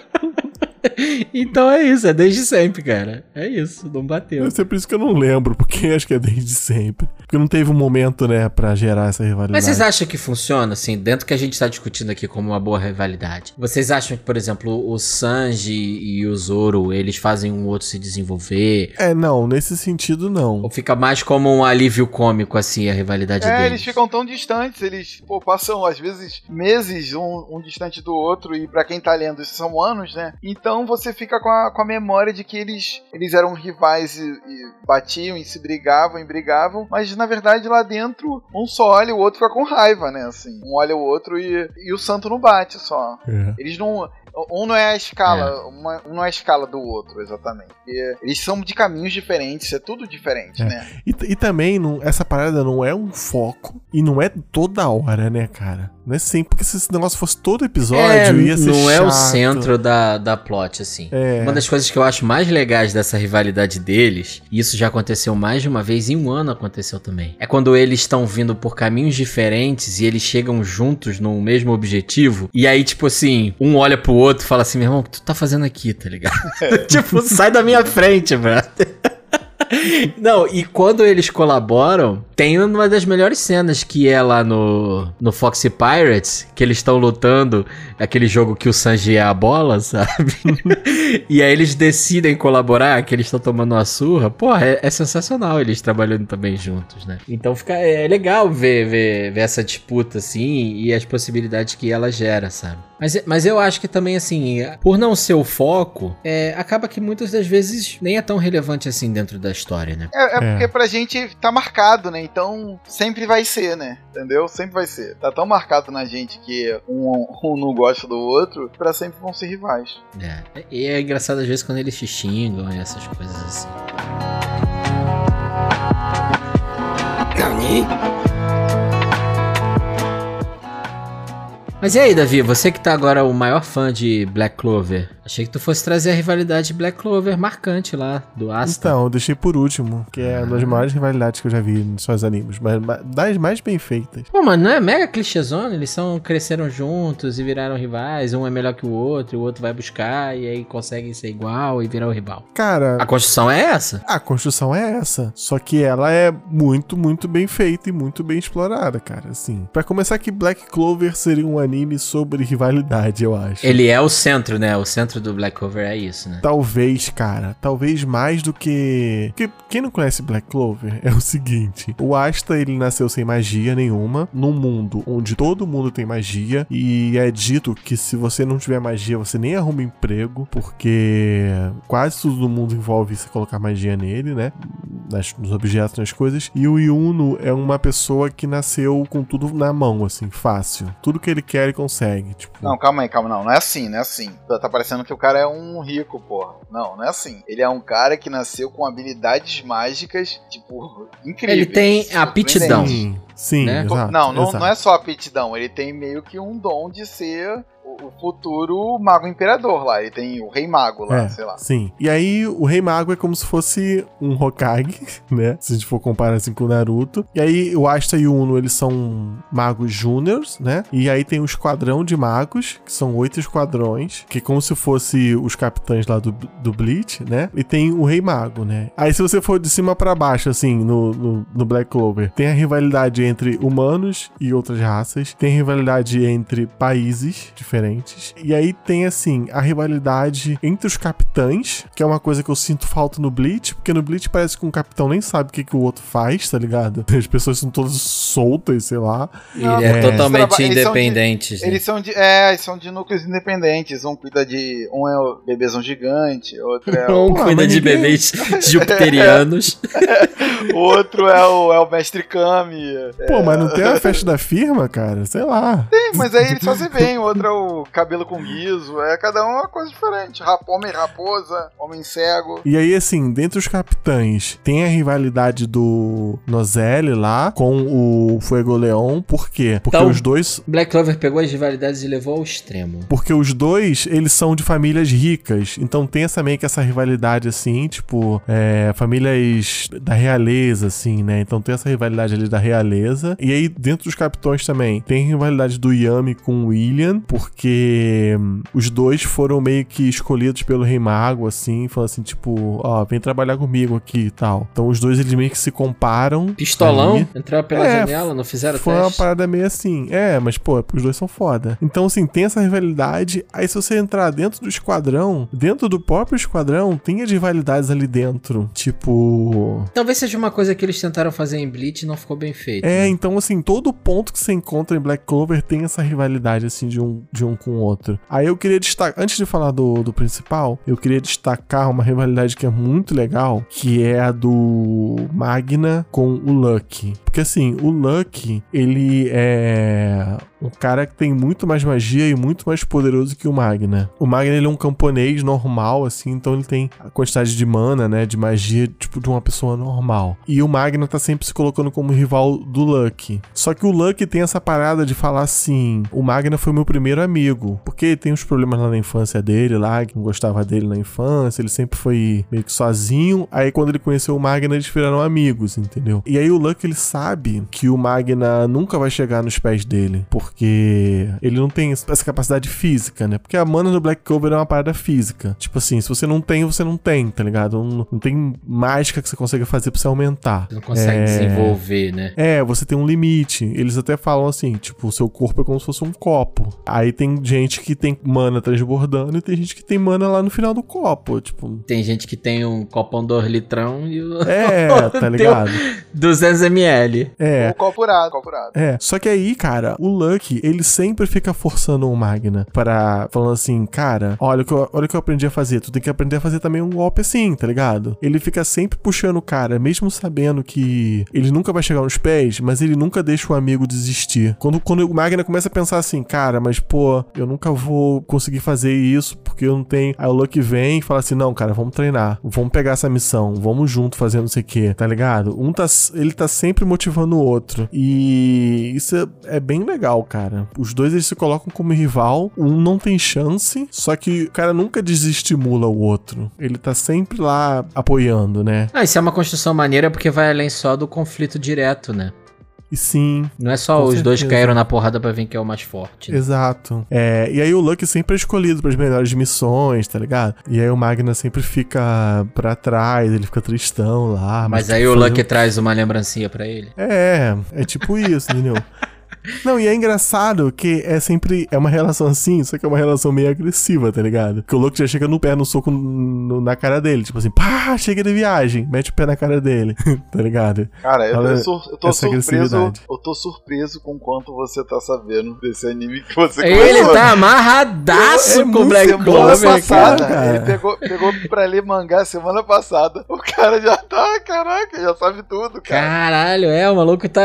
Então é isso, é desde sempre, cara. É isso, não bateu. Deve ser por isso que eu não lembro, porque acho que é desde sempre. Porque não teve um momento, né, pra gerar essa rivalidade. Mas vocês acham que funciona, assim, dentro que a gente tá discutindo aqui como uma boa rivalidade? Vocês acham que, por exemplo, o Sanji e o Zoro, eles fazem um outro se desenvolver? É, não, nesse sentido não. Ou fica mais como um alívio cômico, assim, a rivalidade É, deles? eles ficam tão distantes, eles pô, passam às vezes meses um, um distante do outro, e pra quem tá lendo isso são anos, né? Então você fica com a, com a memória de que eles, eles eram rivais e, e batiam e se brigavam e brigavam, mas na verdade lá dentro um só olha e o outro fica com raiva, né? Assim, um olha o outro e, e o santo não bate só. É. Eles não. Um não é a escala, uma- um não é a escala do outro, exatamente. Porque eles são de caminhos diferentes, é tudo diferente, É. né? E, e também, não, essa parada não é um foco e não é toda hora, né, cara? Não é sempre, porque se esse negócio fosse todo episódio, É, ia ser não é o chato. centro da, da plot, assim. É. Uma das coisas que eu acho mais legais dessa rivalidade deles, e isso já aconteceu mais de uma vez, e em um ano aconteceu também, é quando eles estão vindo por caminhos diferentes e eles chegam juntos no mesmo objetivo, e aí, tipo assim, um olha pro outro e fala assim, meu irmão, o que tu tá fazendo aqui, tá ligado? Tipo, sai da minha frente, brother. Não, e quando eles colaboram, tem uma das melhores cenas que é lá no, no Foxy Pirates, que eles estão lutando, aquele jogo que o Sanji é a bola, sabe? E aí eles decidem colaborar, que eles estão tomando uma surra. Porra, é, é sensacional eles trabalhando também juntos, né? Então fica, é legal ver, ver, ver essa disputa, assim, e as possibilidades que ela gera, sabe? Mas, mas eu acho que também, assim, por não ser o foco, é, acaba que muitas das vezes nem é tão relevante assim dentro da história, né? É, é, É. porque pra gente tá marcado, né? Então sempre vai ser, né? Entendeu? Sempre vai ser. Tá tão marcado na gente que um, um não gosta do outro, pra sempre vão ser rivais. É. E é engraçado às vezes quando eles se xingam e essas coisas assim. Mas e aí, Davi, você que tá agora o maior fã de Black Clover, achei que tu fosse trazer a rivalidade Black Clover marcante lá, do Asta. Então, eu deixei por último, que é uma das maiores rivalidades que eu já vi nos seus animes, mas mas das mais bem feitas. Pô, mas não é mega clichêzona? Eles são, cresceram juntos e viraram rivais, um é melhor que o outro, o outro vai buscar e aí conseguem ser igual e virar o rival. Cara, A construção é essa? a construção é essa, só que ela é muito, muito bem feita e muito bem explorada, cara, assim. Pra começar que Black Clover seria um anime sobre rivalidade, eu acho. Ele é o centro, né? O centro do Black Clover é isso, né? Talvez, cara, talvez mais do que... Porque quem não conhece Black Clover é o seguinte, o Asta, ele nasceu sem magia nenhuma, num mundo onde todo mundo tem magia, e é dito que se você não tiver magia, você nem arruma emprego, porque quase tudo no mundo envolve você colocar magia nele, né? Nas, nos objetos, nas coisas. E o Yuno é uma pessoa que nasceu com tudo na mão, assim, fácil. Tudo que ele quer, ele consegue, tipo... Não, calma aí, calma, não. Não é assim, não é assim. Tá parecendo que o cara é um rico, porra. Não, não é assim. Ele é um cara que nasceu com habilidades mágicas, tipo, incríveis. Ele tem aptidão. Sim, sim, Né? exato. Não, não, exato. não é só aptidão. Ele tem meio que um dom de ser o futuro mago imperador lá. Ele tem o rei mago lá, É, sei lá. sim. E aí, o Rei Mago é como se fosse um Hokage, né? Se a gente for comparar assim com o Naruto. E aí, o Asta e o Uno, eles são magos júniors, né? E aí tem o esquadrão de magos, que são oito esquadrões, que é como se fosse os capitães lá do, do Bleach, né? E tem o Rei Mago, né? Aí, se você for de cima pra baixo, assim, no, no, no Black Clover, tem a rivalidade entre humanos e outras raças, tem a rivalidade entre países diferentes, e aí tem, assim, a rivalidade entre os capitães, que é uma coisa que eu sinto falta no Bleach, porque no Bleach parece que um capitão nem sabe o que, que o outro faz, tá ligado? As pessoas são todas soltas, sei lá. Ele é, É. totalmente Eles são de- independente. né? Eles são de. É, eles são de núcleos independentes. Um cuida de. Um é o bebezão gigante, outro é o. Um Pô, cuida mas de ninguém- bebês jupiterianos. outro é o, é o mestre Kami. Pô, mas não tem a festa da firma, cara? Sei lá. Tem, mas aí eles fazem bem. O outro é o cabelo com guiso. É cada um uma coisa diferente. Rap- Homem raposa, homem cego. E aí, assim, dentre os capitães, tem a rivalidade do Nozelli lá com o Fuego Leão. Por quê? Porque Então- os dois... Black Clover pegou as rivalidades e levou ao extremo. Porque os dois, eles são de famílias ricas. Então tem essa meio que essa rivalidade, assim, tipo, é, famílias da realeza, assim, né? Então tem essa rivalidade ali da realeza. E aí, dentro dos capitães também, tem a rivalidade do Yami com o William, porque hum, os dois foram meio que escolhidos pelo Rei Mago, assim, falando assim, tipo, ó, vem trabalhar comigo aqui e tal. Então os dois, eles meio que se comparam. Pistolão, ali. entrou pela É, janela, não fizeram Foi uma teste. parada meio assim. É, mas, pô, os dois são foda. Então, assim, tem essa rivalidade. Aí, se você entrar dentro do esquadrão, dentro do próprio esquadrão, tem as rivalidades ali dentro. Tipo. Talvez seja uma coisa que eles tentaram fazer em Bleach e não ficou bem feito. É, né? então, assim, todo ponto que você encontra em Black Clover tem essa rivalidade, assim, de um, de um com o outro. Aí eu queria destacar, antes de falar do, do principal, eu queria destacar uma rivalidade que é muito legal, que é a do Magna com o Lucky. Porque, assim, o Lucky, ele é um cara que tem muito mais magia e muito mais poderoso que o Magna. O Magna, ele é um camponês normal, assim, então ele tem a quantidade de mana, né, de magia, tipo, de uma pessoa normal. E o Magna tá sempre se colocando como rival do Lucky. Só que o Lucky tem essa parada de falar assim, o Magna foi meu primeiro amigo, porque ele tem uns problemas lá na infância dele, lá, que não gostava dele na infância, ele sempre foi meio que sozinho, aí quando ele conheceu o Magna, eles viraram amigos, entendeu? E aí o Lucky, ele sabe que o Magna nunca vai chegar nos pés dele, porque Porque ele não tem essa capacidade física, né? Porque a mana no Black Clover é uma parada física. Tipo assim, se você não tem, você não tem, tá ligado? Não, não tem mágica que você consiga fazer pra você aumentar. Você não consegue é... desenvolver, né? É, você tem um limite. Eles até falam assim, tipo, o seu corpo é como se fosse um copo. Aí tem gente que tem mana transbordando e tem gente que tem mana lá no final do copo, tipo... Tem gente que tem um copão dois litrão e o... É, tá ligado? duzentos mililitros. É. Ou corpurado, corpurado. É, só que aí, cara, o Lucky, ele sempre fica forçando o Magna para falando assim, cara, olha o, que eu, olha o que eu aprendi a fazer, tu tem que aprender a fazer também um golpe assim, tá ligado? Ele fica sempre puxando o cara, mesmo sabendo que ele nunca vai chegar nos pés, mas ele nunca deixa o amigo desistir. Quando, quando o Magna começa a pensar assim, cara, mas pô, eu nunca vou conseguir fazer isso porque eu não tenho... Aí o Lucky vem e fala assim, não, cara, vamos treinar, vamos pegar essa missão, vamos junto fazer não sei o que, tá ligado? Um tá, ele tá sempre motivando o outro. E isso é, é bem legal, cara. Os dois, eles se colocam como rival, um não tem chance, só que o cara nunca desestimula o outro. Ele tá sempre lá apoiando, né? Ah, isso é uma construção maneira porque vai além só do conflito direto, né? E sim. Não é só os certeza. Dois caíram na porrada pra ver quem é o mais forte. Né? Exato. É, e aí o Lucky sempre é escolhido pras melhores missões, tá ligado? E aí o Magna sempre fica pra trás, ele fica tristão lá. Mas, mas aí o Lucky um... traz uma lembrancinha pra ele. É, é tipo isso, entendeu? Não, e é engraçado que é sempre... É uma relação assim, só que é uma relação meio agressiva, tá ligado? Que o Lucky já chega no pé, no soco no, na cara dele. Tipo assim, pá, chega de viagem. Mete o pé na cara dele, tá ligado? Cara, eu, Fala eu, sur, eu tô surpreso. Eu tô surpreso com quanto você tá sabendo desse anime que você Ele começou. Tá amarradaço é, com o Black Clover. Semana passada, cara. Ele pegou, pegou pra ler mangá semana passada. O cara já tá, caraca, já sabe tudo, cara. Caralho, é, o maluco tá...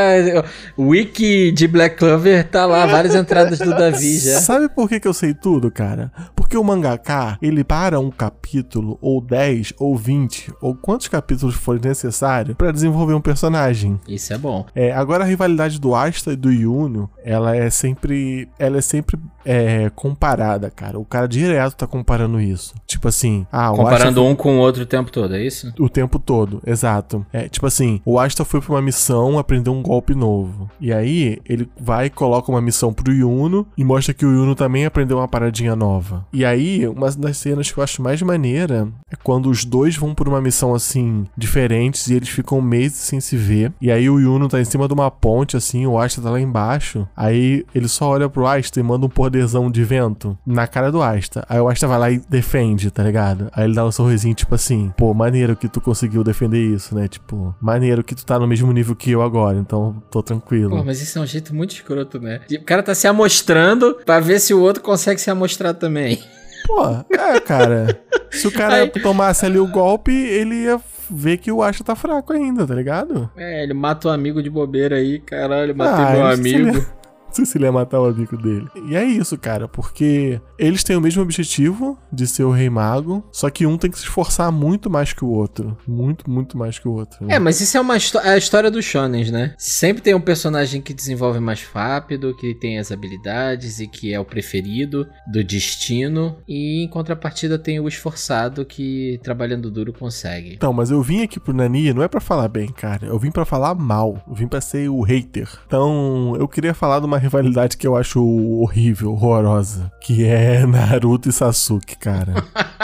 O wiki de Black Clover tá lá, várias entradas do Davi já. Sabe por que que eu sei tudo, cara? Porque o mangaka, ele para um capítulo, ou dez, ou vinte, ou quantos capítulos forem necessários pra desenvolver um personagem. Isso é bom. É, agora a rivalidade do Asta e do Yuno, ela é sempre, ela é sempre é, comparada, cara. O cara direto tá comparando isso. Tipo assim... ah, o Comparando Asta um com o outro o tempo todo, é isso? O tempo todo, exato. É, tipo assim, o Asta foi pra uma missão aprender um golpe novo. E aí, ele vai e coloca uma missão pro Yuno e mostra que o Yuno também aprendeu uma paradinha nova. E aí, uma das cenas que eu acho mais maneira é quando os dois vão por uma missão assim, diferentes, e eles ficam meses sem se ver. E aí o Yuno tá em cima de uma ponte, assim, o Asta tá lá embaixo. Aí ele só olha pro Asta e manda um poderzão de vento na cara do Asta. Aí o Asta vai lá e defende, tá ligado? Aí ele dá um sorrisinho, tipo assim, pô, maneiro que tu conseguiu defender isso, né? Tipo, maneiro que tu tá no mesmo nível que eu agora, então tô tranquilo. Pô, mas isso é um jeito muito escroto, né? O cara tá se amostrando pra ver se o outro consegue se amostrar também. Pô, é, cara. Se o cara aí... tomasse ali o golpe, ele ia ver que o Asta tá fraco ainda, tá ligado? É, ele mata o amigo de bobeira aí, caralho, matei ah, meu amigo. Não sei se ele ia matar o amigo dele. E é isso, cara, porque eles têm o mesmo objetivo de ser o Rei Mago, só que um tem que se esforçar muito mais que o outro. Muito, muito mais que o outro. Né? É, mas isso é uma é a história dos shonens, né? Sempre tem um personagem que desenvolve mais rápido, que tem as habilidades e que é o preferido do destino, e em contrapartida tem o esforçado que, trabalhando duro, consegue. Então, mas eu vim aqui pro Nani, não é pra falar bem, cara. Eu vim pra falar mal. Eu vim pra ser o hater. Então, eu queria falar de uma rivalidade que eu acho horrível, horrorosa, que é Naruto e Sasuke, cara.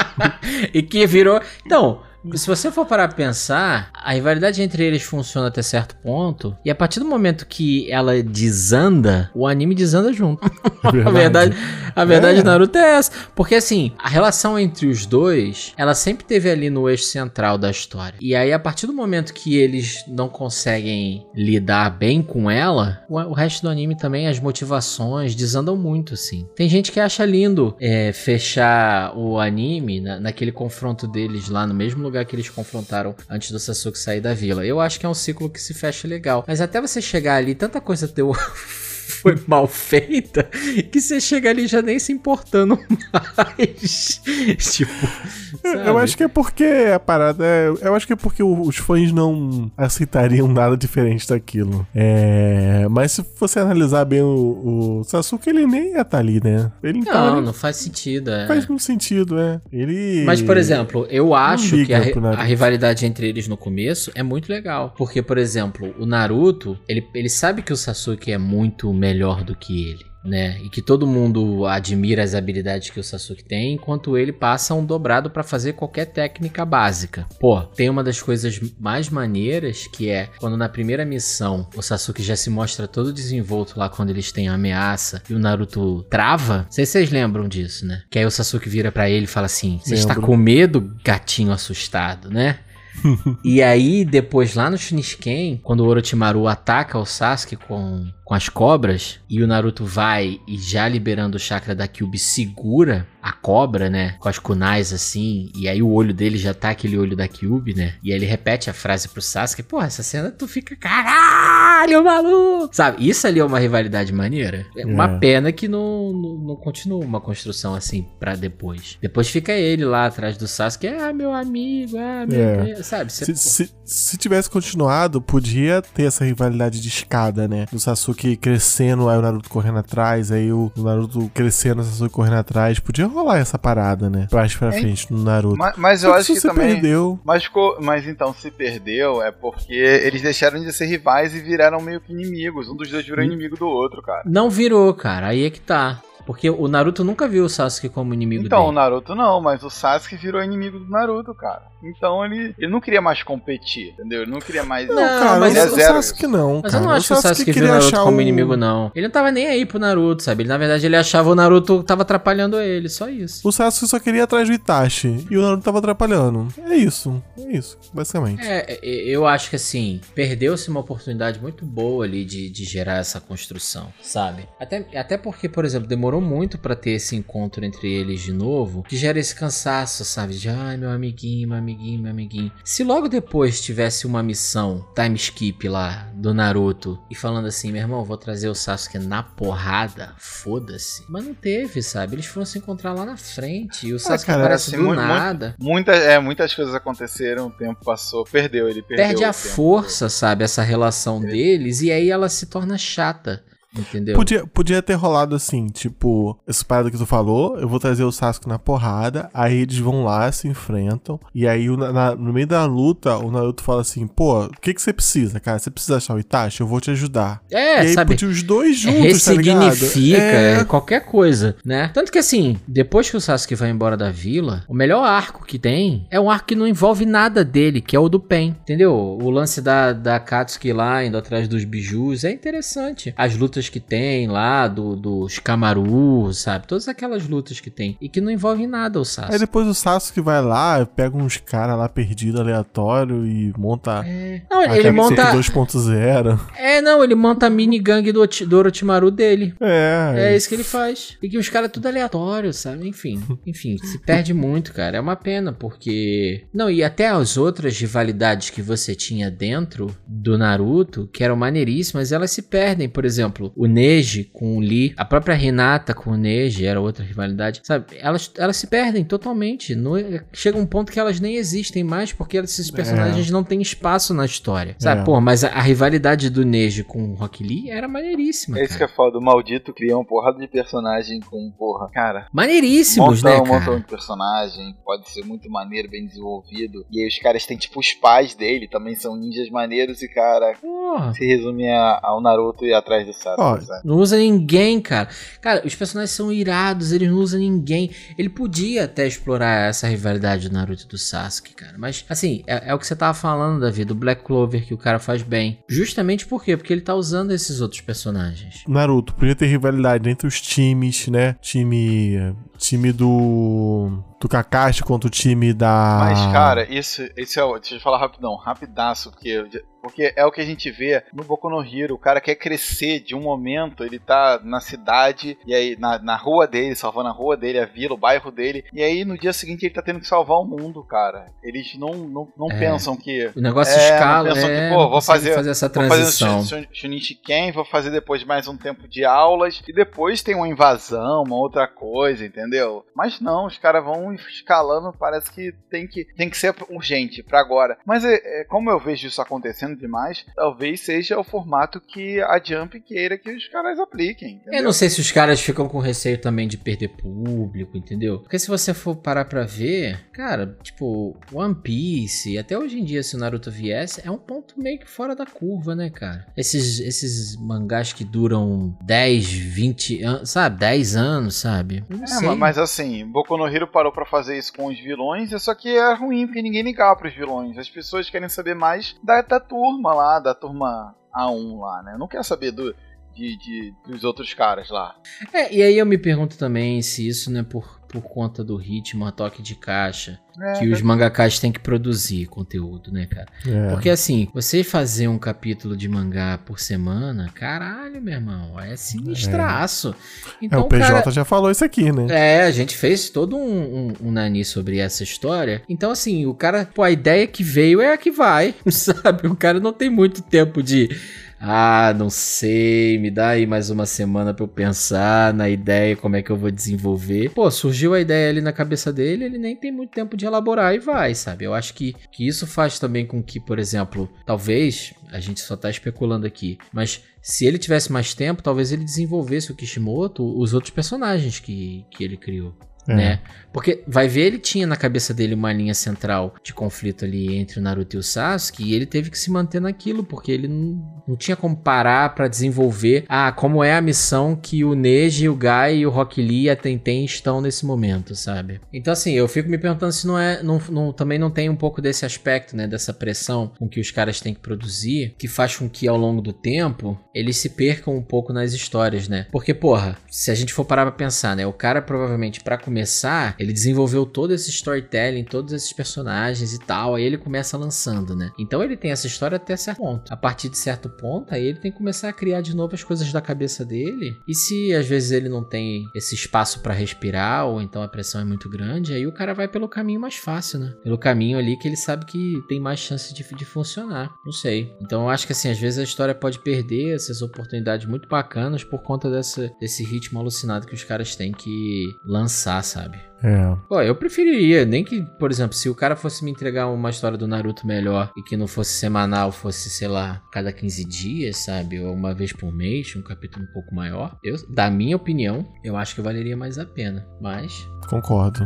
E que virou... Então... Se você for parar pra pensar, a rivalidade entre eles funciona até certo ponto, e a partir do momento que ela desanda, o anime desanda junto. Verdade. a verdade, a verdade é. Naruto é essa. Porque assim, a relação entre os dois, ela sempre teve ali no eixo central da história. E aí, a partir do momento que eles não conseguem lidar bem com ela, o, o resto do anime também, as motivações desandam muito, assim. Tem gente que acha lindo é, fechar o anime na, naquele confronto deles lá no mesmo lugar lugar que eles confrontaram antes do Sasuke sair da vila. Eu acho que é um ciclo que se fecha legal. Mas até você chegar ali, tanta coisa deu... foi mal feita, que você chega ali já nem se importando mais. Tipo, sabe? Eu acho que é porque a parada é... Eu acho que é porque os fãs não aceitariam nada diferente daquilo. É... Mas se você analisar bem o, o Sasuke, ele nem ia estar ali, né? Ele não, não, ele... não faz sentido. É. Faz muito sentido, é. Ele... Mas, por exemplo, eu acho que a, a rivalidade entre eles no começo é muito legal. Porque, por exemplo, o Naruto, ele, ele sabe que o Sasuke é muito melhor do que ele, né? E que todo mundo admira as habilidades que o Sasuke tem, enquanto ele passa um dobrado pra fazer qualquer técnica básica. Pô, tem uma das coisas mais maneiras, que é quando na primeira missão o Sasuke já se mostra todo desenvolto lá quando eles têm a ameaça e o Naruto trava. Não sei se vocês lembram disso, né? Que aí o Sasuke vira pra ele e fala assim: você está com medo, gatinho assustado, né? E aí, depois lá no Shunisken, quando o Orochimaru ataca o Sasuke com, com as cobras, e o Naruto vai e já liberando o chakra da Kyuubi segura a cobra, né, com as kunais assim, e aí o olho dele já tá aquele olho da Kyuubi, né, e aí ele repete a frase pro Sasuke. Porra, essa cena tu fica, caralho, maluco, sabe? Isso ali é uma rivalidade maneira. É uma é. pena que não, não, não continua uma construção assim pra depois. Depois fica ele lá atrás do Sasuke, ah, meu amigo, ah, meu é. Deus, sabe? Cê, se, se, se tivesse continuado, podia ter essa rivalidade de escada, né, do Sasuke crescendo, aí o Naruto correndo atrás, aí o, o Naruto crescendo, o Sasuke correndo atrás, podia rolar essa parada, né? Mais pra é. frente no Naruto. Mas, mas eu acho que também... perdeu. Mas, ficou, mas então, se perdeu é porque eles deixaram de ser rivais e viraram meio que inimigos. Um dos dois virou hum. inimigo do outro, cara. Não virou, cara. Aí é que tá. Porque o Naruto nunca viu o Sasuke como inimigo então, dele. Então, o Naruto não, mas o Sasuke virou inimigo do Naruto, cara. Então ele, ele não queria mais competir, entendeu? Ele não queria mais... Não, cara, mas o Sasuke não, Mas cara. eu não acho que o Sasuke viu o Naruto como o... inimigo, não. Ele não tava nem aí pro Naruto, sabe? Ele, na verdade, ele achava o Naruto tava atrapalhando ele, só isso. O Sasuke só queria ir atrás do Itachi e o Naruto tava atrapalhando. É isso, é isso, basicamente. É, eu acho que assim, perdeu-se uma oportunidade muito boa ali de, de gerar essa construção, sabe? Até, até porque, por exemplo, demorou muito pra ter esse encontro entre eles de novo, que gera esse cansaço, sabe? De, ai, meu amiguinho, meu amiguinho, meu amiguinho. Se logo depois tivesse uma missão time skip lá do Naruto e falando assim, meu irmão, vou trazer o Sasuke na porrada, foda-se. Mas não teve, sabe? Eles foram se encontrar lá na frente e o Sasuke ah, cara, aparece assim, do muito, nada. Muita, é, muitas coisas aconteceram, o tempo passou, perdeu, ele perdeu. Perde a força, sabe? Essa relação é. deles e aí ela se torna chata. Entendeu? Podia, podia ter rolado assim, tipo, essa parada que tu falou, eu vou trazer o Sasuke na porrada, aí eles vão lá, se enfrentam, e aí na, no meio da luta, o Naruto fala assim, pô, o que que você precisa, cara? Você precisa achar o Itachi? Eu vou te ajudar. É, e aí sabe? podia os dois juntos, ressignifica, tá ligado? É... qualquer coisa, né? Tanto que assim, depois que o Sasuke vai embora da vila, o melhor arco que tem é um arco que não envolve nada dele, que é o do Pen, entendeu? O lance da, da Katsuki lá, indo atrás dos bijus, é interessante. As lutas que tem lá, do, do Shikamaru, sabe? Todas aquelas lutas que tem. E que não envolvem nada o Sasuke. Aí depois o Sasuke vai lá, pega uns caras lá perdidos, aleatório, e monta... É. Não, ele monta... dois ponto zero. É, não, ele monta a mini gangue do, do Orochimaru dele. É. É isso que ele faz. E que os caras tudo aleatório, sabe? Enfim, enfim, se perde muito, cara. É uma pena, porque... Não, e até as outras rivalidades que você tinha dentro do Naruto, que eram maneiríssimas, elas se perdem. Por exemplo, o Neji com o Lee, a própria Hinata com o Neji, era outra rivalidade, sabe? Elas, elas se perdem totalmente. No, chega um ponto que elas nem existem mais, porque esses personagens é. não têm espaço na história, sabe? É. Pô, mas a, a rivalidade do Neji com o Rock Lee era maneiríssima, É isso cara. que é foda, o maldito cria uma porrada de personagem com, porra, cara... Maneiríssimos, montão, né, cara? Um montão de personagem, pode ser muito maneiro, bem desenvolvido, e aí os caras têm, tipo, os pais dele, também são ninjas maneiros, e, cara, porra. se resume a, ao Naruto e atrás do Sasuke, sabe? Não usa ninguém, cara. Cara, os personagens são irados, eles não usam ninguém. Ele podia até explorar essa rivalidade do Naruto e do Sasuke, cara. Mas, assim, é, é o que você tava falando, Davi, do Black Clover, que o cara faz bem. Justamente por quê? Porque ele tá usando esses outros personagens. Naruto, podia ter rivalidade entre os times, né? Time... Time do... do Kakashi contra o time da... Mas, cara, isso, isso é... Deixa eu falar rapidão, rapidaço, porque... Porque é o que a gente vê no Boku no Hero. O cara quer crescer de um momento, ele tá na cidade, e aí na, na rua dele, salvando a rua dele, a vila, o bairro dele, e aí no dia seguinte ele tá tendo que salvar o mundo, cara. Eles não, não, não é. pensam que... O negócio é, escala, não pensam é, que, pô, vou fazer, fazer essa transição. Vou fazer o Chunin Shiken, vou fazer depois mais um tempo de aulas, e depois tem uma invasão, uma outra coisa, entendeu? entendeu? Mas não, os caras vão escalando, parece que tem que, tem que ser urgente pra agora. Mas é, é, como eu vejo isso acontecendo demais, talvez seja o formato que a Jump queira que os caras apliquem, entendeu? Eu não sei se os caras ficam com receio também de perder público, entendeu? Porque se você for parar pra ver, cara, tipo, One Piece, até hoje em dia, se o Naruto viesse, é um ponto meio que fora da curva, né, cara? Esses, esses mangás que duram dez, vinte anos, sabe? dez anos, sabe? Eu não É, sei. mas assim, Boku no Hero parou pra fazer isso com os vilões, só que é ruim, porque ninguém ligava pros vilões. As pessoas querem saber mais da, da turma lá, da turma A um lá, né? Não quer saber do, de, de, dos outros caras lá. É, e aí eu me pergunto também se isso não é por, por conta do ritmo, a toque de caixa, É, que os mangakás têm que produzir conteúdo, né, cara? É. Porque assim, você fazer um capítulo de mangá por semana, caralho, meu irmão, é sinistraço. É, Então, o P J cara, já falou isso aqui, né? é, a gente fez todo um, um, um nani sobre essa história. Então, assim, o cara, pô, a ideia que veio é a que vai, sabe? O cara não tem muito tempo de... Ah, não sei, me dá aí mais uma semana pra eu pensar na ideia, como é que eu vou desenvolver. Pô, surgiu a ideia ali na cabeça dele, ele nem tem muito tempo de elaborar e vai, sabe? Eu acho que, que isso faz também com que, por exemplo, talvez, a gente só tá especulando aqui, mas se ele tivesse mais tempo, talvez ele desenvolvesse o Kishimoto, os outros personagens que, que ele criou. É. Né? Porque vai ver, ele tinha na cabeça dele uma linha central de conflito ali entre o Naruto e o Sasuke, e ele teve que se manter naquilo, porque ele não, não tinha como parar pra desenvolver ah, como é a missão que o Neji, o Gai e o Rock Lee e a Tenten estão nesse momento, sabe? Então assim, eu fico me perguntando se não é, não, não, também não tem um pouco desse aspecto, né, dessa pressão com que os caras têm que produzir, que faz com que ao longo do tempo eles se percam um pouco nas histórias, né? Porque, porra, se a gente for parar pra pensar, né, o cara provavelmente pra começar, ele desenvolveu todo esse storytelling, todos esses personagens e tal, aí ele começa lançando, né? Então ele tem essa história até certo ponto. A partir de certo ponto, aí ele tem que começar a criar de novo as coisas da cabeça dele. E se às vezes ele não tem esse espaço pra respirar, ou então a pressão é muito grande, aí o cara vai pelo caminho mais fácil, né? Pelo caminho ali que ele sabe que tem mais chance de, de funcionar. Não sei. Então eu acho que assim, às vezes a história pode perder essas oportunidades muito bacanas por conta dessa, desse ritmo alucinado que os caras têm que lançar, sabe? É. Pô, eu preferiria, nem que, por exemplo, se o cara fosse me entregar uma história do Naruto melhor e que não fosse semanal, fosse, sei lá, cada quinze dias, sabe? Ou uma vez por mês, um capítulo um pouco maior. Eu, da minha opinião, eu acho que valeria mais a pena. Mas... Concordo.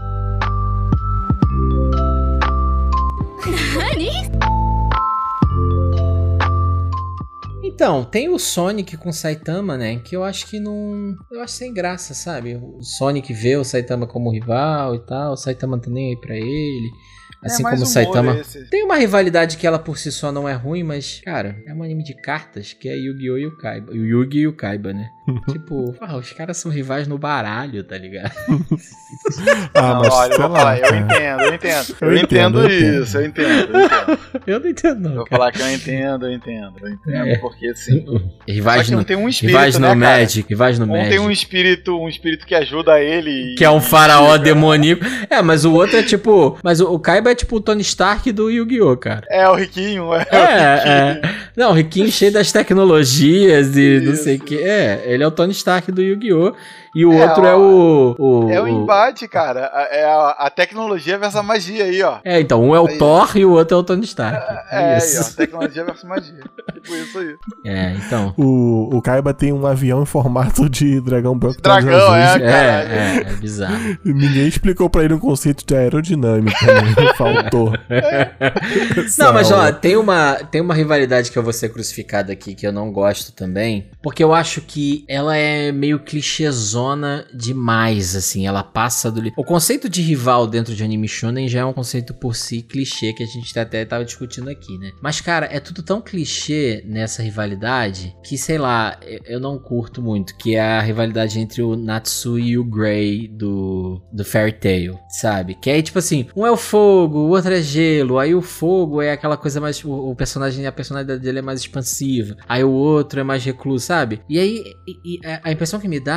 Então, tem o Sonic com o Saitama, né? Que eu acho que não... Eu acho sem graça, sabe? O Sonic vê o Saitama como rival e tal. O Saitama tá nem aí pra ele. Assim É mais como o humor Saitama... esse. Tem uma rivalidade que ela por si só não é ruim, mas... Cara, é um anime de cartas que é Yu-Gi-Oh! E o Kaiba. O Yugi e o Kaiba, né? Tipo, ah, os caras são rivais no baralho, tá ligado? Ah, Não, mas olha, eu sei vou lá, falar, eu cara. entendo, eu entendo. Eu, Eu entendo, entendo, eu entendo. isso, eu entendo, eu entendo. Eu não entendo não, Eu vou cara. falar que eu entendo, eu entendo, eu entendo, É. porque assim... Rivais Só que no, não tem um espírito, rivais no né, cara? Magic, rivais no Um Magic. tem um espírito, um espírito que ajuda ele. Que é um e- faraó e- demoníaco. É, mas o outro é tipo... Mas o, o Kaiba é tipo o Tony Stark do Yu-Gi-Oh, cara. É o Riquinho, é, É, o Riquinho. é. Não, o Riquinho cheio das tecnologias e não sei o Isso. que. É, ele é o Tony Stark do Yu-Gi-Oh! E o É, outro ó, é o... o É o o- embate, cara. É a, a tecnologia versus a magia aí, ó. É, então, um é o Aí. Thor e o outro é o Tony Stark. É, aí, ó. Isso. Tecnologia versus magia. Tipo isso aí. É, então... O, o Kaiba tem um avião em formato de dragão branco. Dragão, trajes é, azuis. caralho. É, é, é bizarro. E ninguém explicou pra ele um conceito de aerodinâmica, né? Faltou. Não, mas ó, Essa tem uma, tem uma rivalidade que eu vou ser crucificado aqui que eu não gosto também, porque eu acho que ela é meio clichêzona demais, assim, ela passa do... li- O conceito de rival dentro de anime shonen já é um conceito por si clichê que a gente até tava discutindo aqui, né? Mas, cara, é tudo tão clichê nessa rivalidade que, sei lá, eu- eu não curto muito, que é a rivalidade entre o Natsu e o Grey do, do Fairy Tail, sabe? Que aí, tipo assim, um é o fogo, o outro é gelo, aí o fogo é aquela coisa mais... O, o personagem, a personalidade dele é mais expansiva, aí o outro é mais recluso, sabe? E aí, e- e a- a impressão que me dá é que eles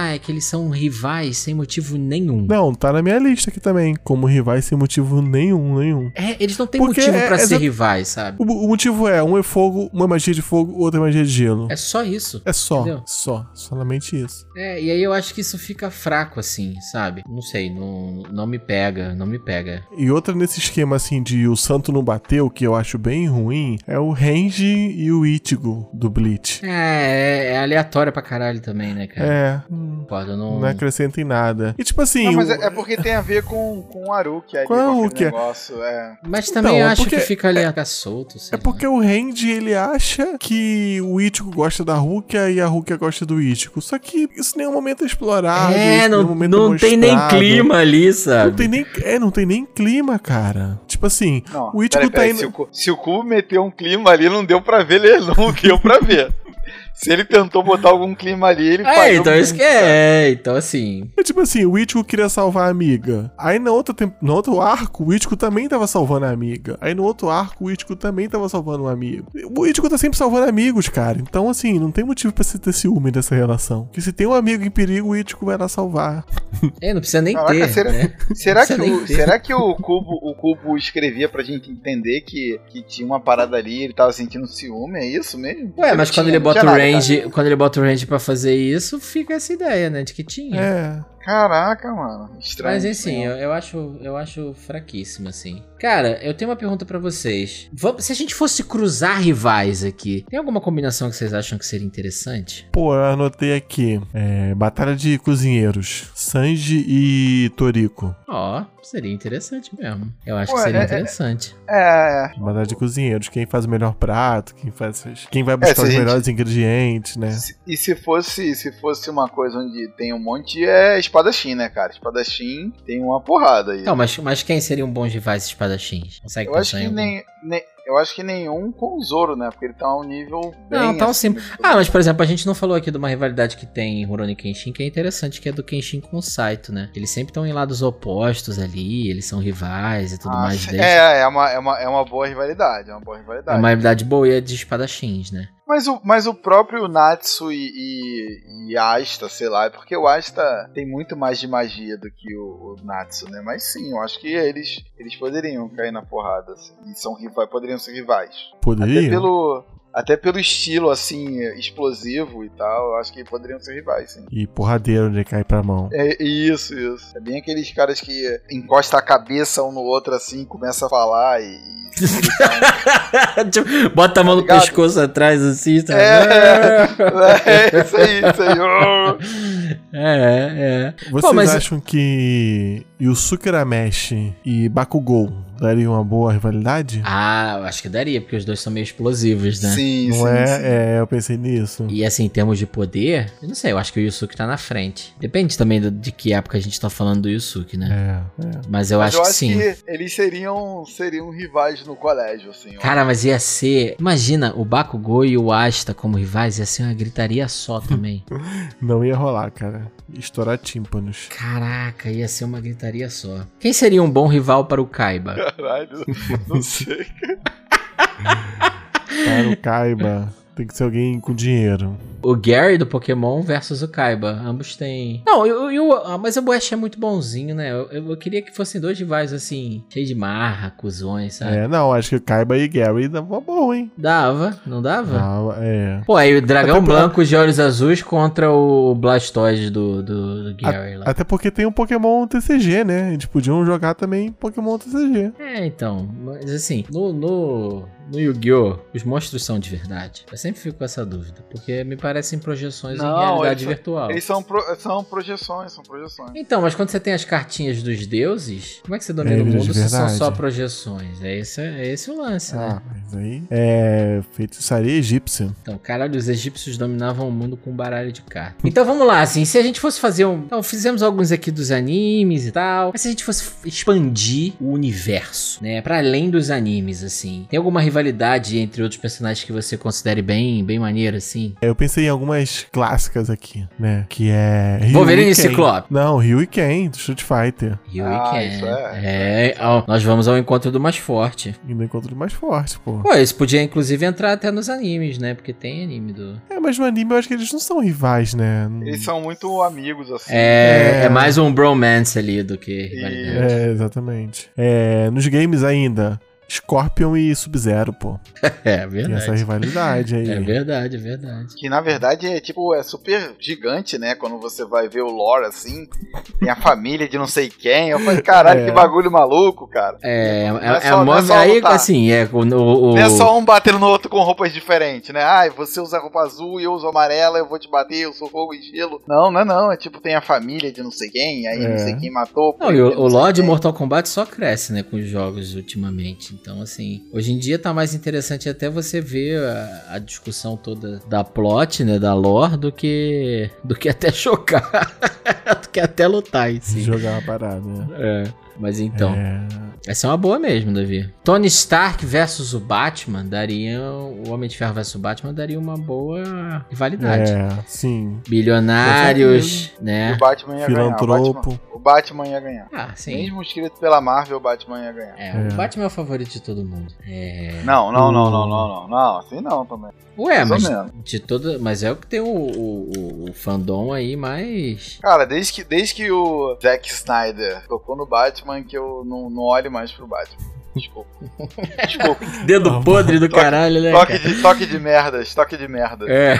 são rivais sem motivo nenhum. Não, tá na minha lista aqui também, como rivais sem motivo nenhum, nenhum. É, eles não têm Porque motivo é- pra é ser exa- rivais, sabe? O, o motivo é, um é fogo, uma é magia de fogo, outra é magia de gelo. É só isso. É só, Entendeu? só, solamente isso. É, e aí eu acho que isso fica fraco, assim, sabe? Não sei, não, não me pega, não me pega. E outra nesse esquema assim de o santo não bateu, que eu acho bem ruim, é o Renji e o Ichigo do Bleach. É, é, é aleatório pra caralho também, né, cara? É, hum, Concordo, não... não acrescenta em nada. E tipo assim... Não, mas o- é, é porque tem a ver com, com o Haruki ali, Com com, a aquele Haruki, é. negócio. É. Mas também Então, é acho porque- que fica ali fica solto, sei É porque o Renji, ele acha que o Ichigo gosta da Rukia e a Rukia gosta do Ichigo. Só que isso em nenhum momento é explorado. É, isso em não, nenhum momento não é tem nem mostrado. clima ali, sabe? Não tem nem, é, não tem nem clima, cara. Tipo assim, Não, o Ichigo peraí, peraí, tá se, indo... o, Ku- se o Ku meteu um clima ali, não deu pra ver, ele não deu pra ver. Se ele tentou botar algum clima ali, ele É, falhou então isso muito, que cara. é, então assim... É tipo assim, o Ichigo queria salvar a amiga. Aí no outro, tempo, no outro arco, o Ichigo também tava salvando a amiga. Aí no outro arco, o Ichigo também tava salvando um amigo. O Ichigo tá sempre salvando amigos, cara. Então assim, não tem motivo pra se ter ciúme dessa relação. Porque se tem um amigo em perigo, o Ichigo vai lá salvar. É, não precisa nem Caraca, ter, será, né? será, que Não precisa nem o, ter. será que o Cubo, o Cubo escrevia pra gente entender que, que tinha uma parada ali, ele tava sentindo ciúme, é isso mesmo? Ué, mas quando tinha, ele não bota tinha o nada, range, cara. quando ele bota o range pra fazer isso, fica essa ideia, né, de que tinha. É. Caraca, mano, estranho. Mas assim, eu, estranho. eu acho, eu acho fraquíssimo, assim. Cara, eu tenho uma pergunta pra vocês. Vamos, se a gente fosse cruzar rivais aqui, tem alguma combinação que vocês acham que seria interessante? Pô, eu anotei aqui. É, Batalha de Cozinheiros. Sanji e Toriko. Ó, seria interessante mesmo. Eu acho Pô, que seria é- é- interessante. É, Batalha de Cozinheiros. Quem faz o melhor prato, quem faz... Quem vai buscar se os a gente- melhores ingredientes, né? se- e se fosse, se fosse uma coisa onde tem um monte, é espadachim, né, cara? Espadachim tem uma porrada aí. Não, mas, mas quem seriam bons rivais espadachins? Consegue eu acho pensar em que algum? nem, nem- eu acho que nenhum com o Zoro, né? Porque ele tá a um nível bem Não, tá um acima sim. de todo Ah, mundo. mas por exemplo, a gente não falou aqui de uma rivalidade que tem em Rurouni Kenshin, que é interessante, que é do Kenshin com o Saito, né? Eles sempre estão em lados opostos ali, eles são rivais e tudo Ah, mais sim. deles. É, é uma, é, uma, é uma boa rivalidade, é uma boa É rivalidade. uma rivalidade boa e é de espadachins, né? Mas, o, mas o próprio Natsu e, e, e Asta, sei lá, é porque o Asta tem muito mais de magia do que o, o Natsu, né? Mas sim, eu acho que eles, eles poderiam cair na porrada, assim, e são rivais, poderiam ser rivais. Até Poderia? pelo, até pelo estilo, assim, explosivo e tal, eu acho que poderiam ser rivais, sim. E porradeiro de cair pra mão. É isso, isso. É bem aqueles caras que encostam a cabeça um no outro assim, começa a falar e. e Tipo, bota a mão no Tá ligado? pescoço atrás assim, tá? É, é isso aí, isso aí. Oh. É, é. Vocês Pô, mas- acham que Yusuke Urameshi e Bakugou dariam uma boa rivalidade? Ah, eu acho que daria, porque os dois são meio explosivos, né? Sim, Não sim, é? sim. É, eu pensei nisso. E assim, em termos de poder, eu não sei, eu acho que o Yusuke tá na frente. Depende também do- de que época a gente tá falando do Yusuke, né? É, é. Mas eu Mas acho eu que acho sim. que eles seriam, seriam rivais no colégio, assim. ó. Cara, mas ia ser. Imagina, o Bakugou e o Asta como rivais, ia ser uma gritaria só também. Não ia rolar, cara. Estourar tímpanos. Caraca, ia ser uma gritaria só. Quem seria um bom rival para o Kaiba? Caralho, não sei. Para o Kaiba, tem que ser alguém com dinheiro. O Gary do Pokémon versus o Kaiba. Ambos têm. Não, eu, eu, ah, mas o Ash é muito bonzinho, né? Eu, eu, eu queria que fossem dois rivais assim, cheios de marra, cuzões, sabe? É, não, acho que o Kaiba e Gary dava bom, hein? Dava, não dava? Dava, é. Pô, aí o dragão Até por- branco de olhos azuis contra o Blastoise do, do, do Gary lá. Até porque tem um Pokémon T C G, né? Eles podiam jogar também Pokémon T C G. É, então, mas assim, no, no, no Yu-Gi-Oh! Os monstros são de verdade? Eu sempre fico com essa dúvida, porque me parecem projeções em Não, realidade eles são- virtual. Eles são, pro- são projeções, são projeções. Então, mas quando você tem as cartinhas dos deuses, como é que você domina É, o vira de mundo se são verdade. só projeções? É esse, é esse o lance, né? Ah, mas aí é feitiçaria egípcia. Então, caralho, os egípcios dominavam o mundo com baralho de cartas. Então vamos lá, assim, se a gente fosse fazer um... Então, fizemos alguns aqui dos animes e tal, mas se a gente fosse expandir o universo, né, pra além dos animes, assim, tem alguma rivalidade rivalidade entre outros personagens que você considere bem, bem maneira, assim? Eu pensei em algumas clássicas aqui, né? Que é... Ryu Wolverine e Ken. Ciclope. Não, Ryu e Ken, do Street Fighter. Ryu Ah, e Ken. isso é, É, ó, nós vamos ao encontro do mais forte. E no encontro do mais forte, pô. Pô, isso podia inclusive entrar até nos animes, né? Porque tem anime do... É, mas no anime eu acho que eles não são rivais, né? Eles são muito amigos, assim. É, É. é mais um bromance ali do que rivalidade. É, exatamente. É, nos games ainda, Scorpion e Sub-Zero, pô. É, Tem verdade. essa rivalidade aí. É verdade, é verdade. Que na verdade é tipo, é super gigante, né? Quando você vai ver o lore assim, tem a família de não sei quem. Eu falei, caralho, É. que bagulho maluco, cara. É, Não é, é é só- a não é move- só aí, lutar. assim, é o... o, o- Não é só um batendo no outro com roupas diferentes, né? Ah, você usa roupa azul e eu uso amarela, eu vou te bater, eu sou fogo e gelo. Não, não é não. É tipo, tem a família de não sei quem, aí É. não sei quem matou. Não, e o, porque o não sei lore de quem. Mortal Kombat só cresce, né, com os jogos ultimamente. Então, assim, hoje em dia tá mais interessante até você ver a, a discussão toda da plot, né, da lore, do que do que até chocar, do que até lutar em si. Jogar uma parada, né? É, mas então, É... essa é uma boa mesmo, Davi. Tony Stark versus o Batman daria, o Homem de Ferro versus o Batman daria uma boa rivalidade. É, sim. Bilionários, E né? o Batman ia ganhar. O Filantropo. Batman, o Batman ia ganhar. Ah, sim. Mesmo escrito pela Marvel, o Batman ia ganhar. É, É. o Batman é o favorito de todo mundo. É... Não, não, não, não, não, não, não. Assim não também. Ué, Mais mas ou menos. de toda, mas é o que tem o, o, o- o fandom aí mais. Cara, desde que, desde que o Zack Snyder tocou no Batman, que eu não, não olho mais pro Batman. Desculpa. Desculpa. Dedo Ah, podre do toque- caralho, né? Toque cara? de, toque de merdas, toque de merda. É.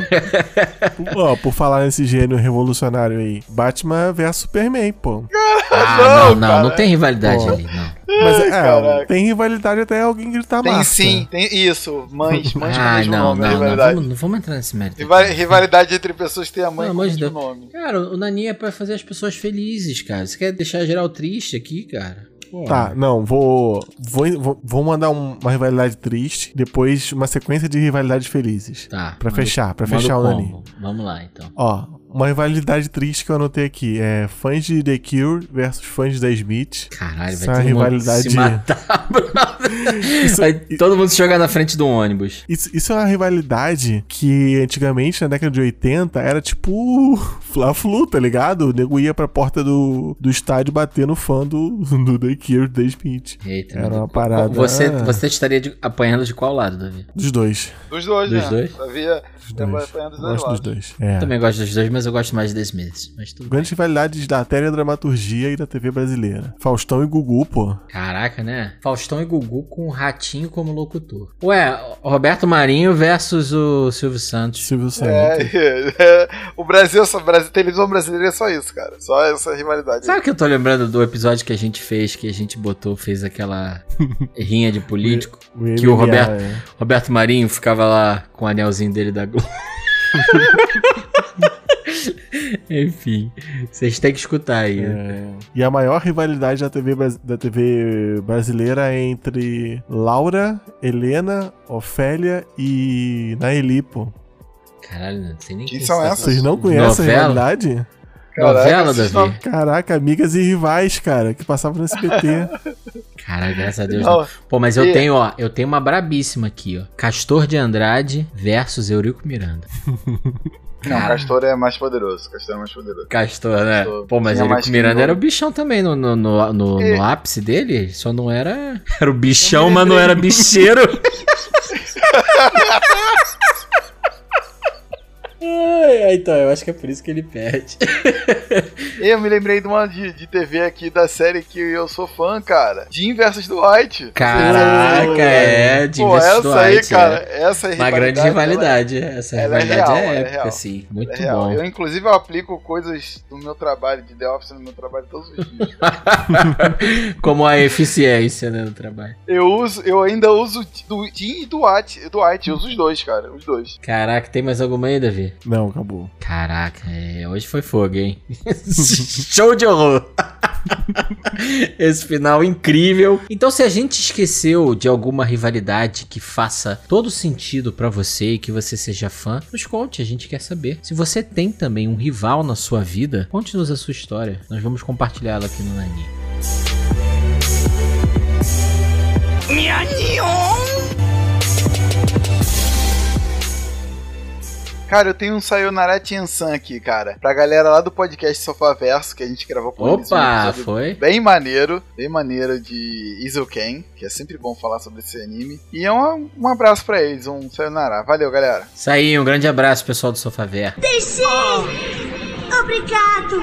Ó, por falar nesse gênio revolucionário aí, Batman versus Superman, pô. Ah, Não, não, não, cara. não tem rivalidade Pô. ali, não. Mas é, caraca. tem rivalidade até alguém gritar Tem massa. sim, tem isso. Mães, mães com o Ah, mesmo não, nome, não, não, rivalidade. vamos, não vamos entrar nesse mérito. Rival- Rivalidade entre pessoas que têm a mãe Pelo com o amor de mesmo Deus. nome. Cara, o Nani é pra fazer as pessoas felizes, cara. Você quer deixar geral triste aqui, cara? Pô. Tá, não, vou, vou, vou, vou mandar um- uma rivalidade triste, depois uma sequência de rivalidades felizes. Tá. Pra manda- fechar, pra manda fechar o Nani. combo. Vamos lá, então. Ó, uma rivalidade triste que eu anotei aqui é fãs de The Cure versus fãs da Smith. Caralho, Isso vai é uma todo mundo rivalidade- se matar, brother. Vai todo mundo se jogar na frente do ônibus. Isso, isso é uma rivalidade que antigamente, na década de oitenta, era tipo Fla-Flu, tá ligado? O nego ia pra porta do, do estádio bater no fã do, do The Cure, The Smith. Eita, Era meu uma Deus. parada- Você, você estaria de- apanhando de qual lado, Davi? Dos dois. Dos dois, Dos né? dois? Havia Dos dois. apanhando dos dois Gosto dos lados. dois. É. Eu também gosto dos dois, mas eu gosto mais de Smith. Mas tudo bem. Grandes rivalidades da teledramaturgia e da T V brasileira. Faustão e Gugu, pô. Caraca, né? Faustão e Gugu com o Ratinho como locutor. Ué, Roberto Marinho versus o Silvio Santos. Silvio Santos. É, o Brasil, só, Brasil, televisão brasileira é só isso, cara. Só essa rivalidade. Sabe o que eu tô lembrando do episódio que a gente fez, que a gente botou, fez aquela rinha de político? Que o M M A, Roberto, é. Roberto Marinho ficava lá com o anelzinho dele da Globo. Enfim, vocês têm que escutar aí. É. E a maior rivalidade da T V, bras- da T V brasileira é entre Laura, Helena, Ofélia e Naeli, pô. Caralho, não sei nem Quem que são isso. essas? Vocês não conhecem Novela? a rivalidade? Caraca, Novela, esses Davi? nomes- Caraca, amigas e rivais, cara, que passavam no S B T. Caralho, graças a Deus. Não. Não. Pô, mas eu E- tenho, ó, eu tenho uma brabíssima aqui, ó. Castor de Andrade versus Eurico Miranda. Não, Castor é mais poderoso. Castor é mais poderoso. Castor, né? Castor. Pô, mas Tinha Eurico mais Miranda que era o bichão também no, no, no, no- E- no ápice dele. Só não era. Era o bichão, Eu me mas não lembrei. era bicheiro. Ai, então, eu acho que é por isso que ele perde. Eu me lembrei de uma de, de T V aqui da série que eu sou fã, cara. Jim versus Dwight. Caraca, é, Jim Pô, versus essa aí, Dwight, cara, é. essa Uma grande rivalidade. Essa ela é rivalidade real, é ela é épica, real. assim. Muito É real. bom. Eu, inclusive, eu aplico coisas do meu trabalho de The Office no meu trabalho todos os dias. Como a eficiência, né, no trabalho. Eu uso, eu ainda uso do Jim e Dwight. Dwight, eu uso os dois, cara. Os dois. Caraca, tem mais alguma aí, Davi? Não, acabou. Caraca, é, hoje foi fogo, hein? Show de horror! Esse final incrível. Então, se a gente esqueceu de alguma rivalidade que faça todo sentido pra você e que você seja fã, nos conte, a gente quer saber. Se você tem também um rival na sua vida, conte-nos a sua história. Nós vamos compartilhá-la aqui no Nani. Cara, eu tenho um Sayonara Chan-san aqui, cara. Pra galera lá do podcast Sofaverso, que a gente gravou com eles. Opa, foi? Bem maneiro, bem maneiro de Izuken, que é sempre bom falar sobre esse anime. E é um, um abraço pra eles, um Sayonara. Valeu, galera. Isso aí, um grande abraço, pessoal do Sofaverso. Deixei! Obrigado!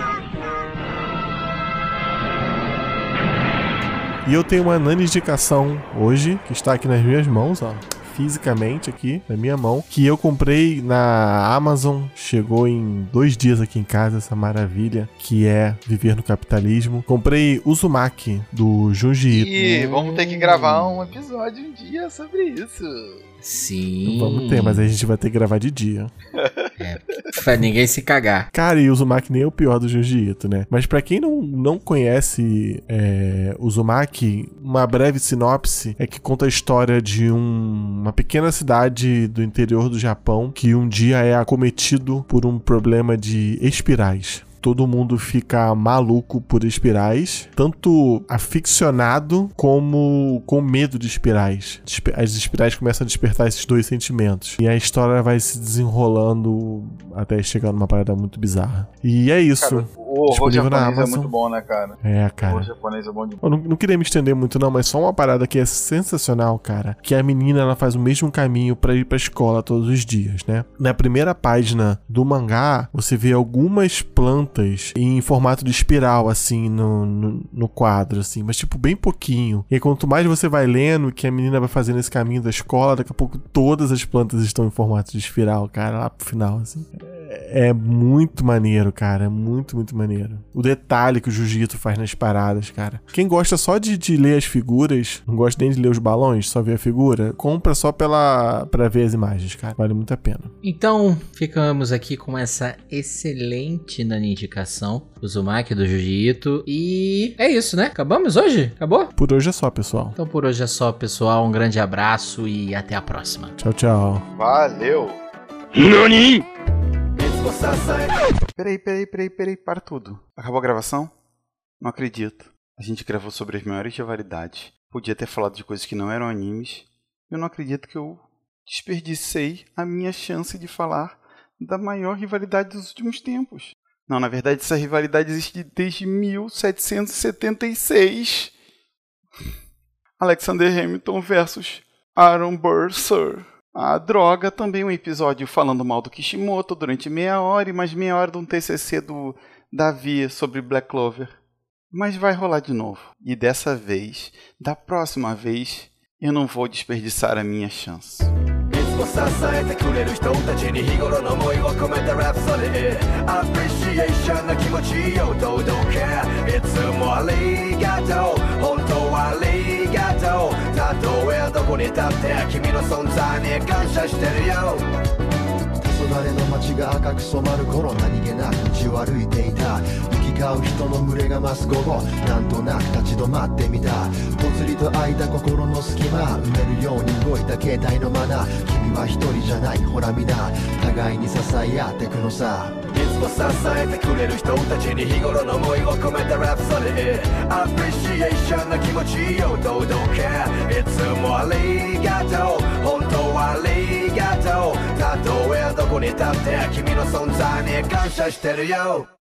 E eu tenho uma nana indicação hoje, que está aqui nas minhas mãos, ó. Fisicamente aqui, na minha mão, que eu comprei na Amazon, chegou em dois dias aqui em casa, essa maravilha, que é Viver no Capitalismo. Comprei Uzumaki, do Junji Ito. E vamos ter que gravar um episódio um dia sobre isso. Sim. Vamos ter, mas a gente vai ter que gravar de dia. É, pra ninguém se cagar. Cara, e o Uzumaki nem é o pior do Junji Ito, né? Mas pra quem não, não conhece é, Uzumaki, uma breve sinopse é que conta a história de um, uma pequena cidade do interior do Japão que um dia é acometido por um problema de espirais. Todo mundo fica maluco por espirais, tanto aficionado como com medo de espirais. As espirais começam a despertar esses dois sentimentos. E a história vai se desenrolando até chegar numa parada muito bizarra. E é isso. Cara, o horror japonês é muito bom, né, cara? É, cara. O horror japonês é bom demais. Eu não, não queria me estender muito não, mas só uma parada que é sensacional, cara. Que a menina, ela faz o mesmo caminho pra ir pra escola todos os dias, né? Na primeira página do mangá, você vê algumas plantas em formato de espiral, assim, no, no, no quadro, assim, mas tipo, bem pouquinho. E aí, quanto mais você vai lendo que a menina vai fazendo esse caminho da escola, daqui a pouco todas as plantas estão em formato de espiral, cara, lá pro final, assim. É muito maneiro, cara, é muito, muito maneiro. O detalhe que o Jiu-Jitsu faz nas paradas, cara. Quem gosta só de, de ler as figuras, não gosta nem de ler os balões, só ver a figura, compra só pela, pra ver as imagens, cara. Vale muito a pena. Então, ficamos aqui com essa excelente nani indicação do Uzumaki, do Jiu-Jitsu. E é isso, né? Acabamos hoje? Acabou? Por hoje é só, pessoal. Então por hoje é só, pessoal. Um grande abraço e até a próxima. Tchau, tchau. Valeu! NANI?! Peraí, peraí, peraí, peraí, para tudo. Acabou a gravação? Não acredito. A gente gravou sobre as maiores rivalidades. Podia ter falado de coisas que não eram animes. Eu não acredito que eu desperdicei a minha chance de falar da maior rivalidade dos últimos tempos. Não, na verdade essa rivalidade existe desde mil setecentos e setenta e seis. Alexander Hamilton versus Aaron Burr. A droga, também um episódio falando mal do Kishimoto durante meia hora e mais meia hora de um T C C do Davi sobre Black Clover. Mas vai rolar de novo. E dessa vez, da próxima vez, eu não vou desperdiçar a minha chance. Appreciation たとえどこに立って君の存在に感謝してるよ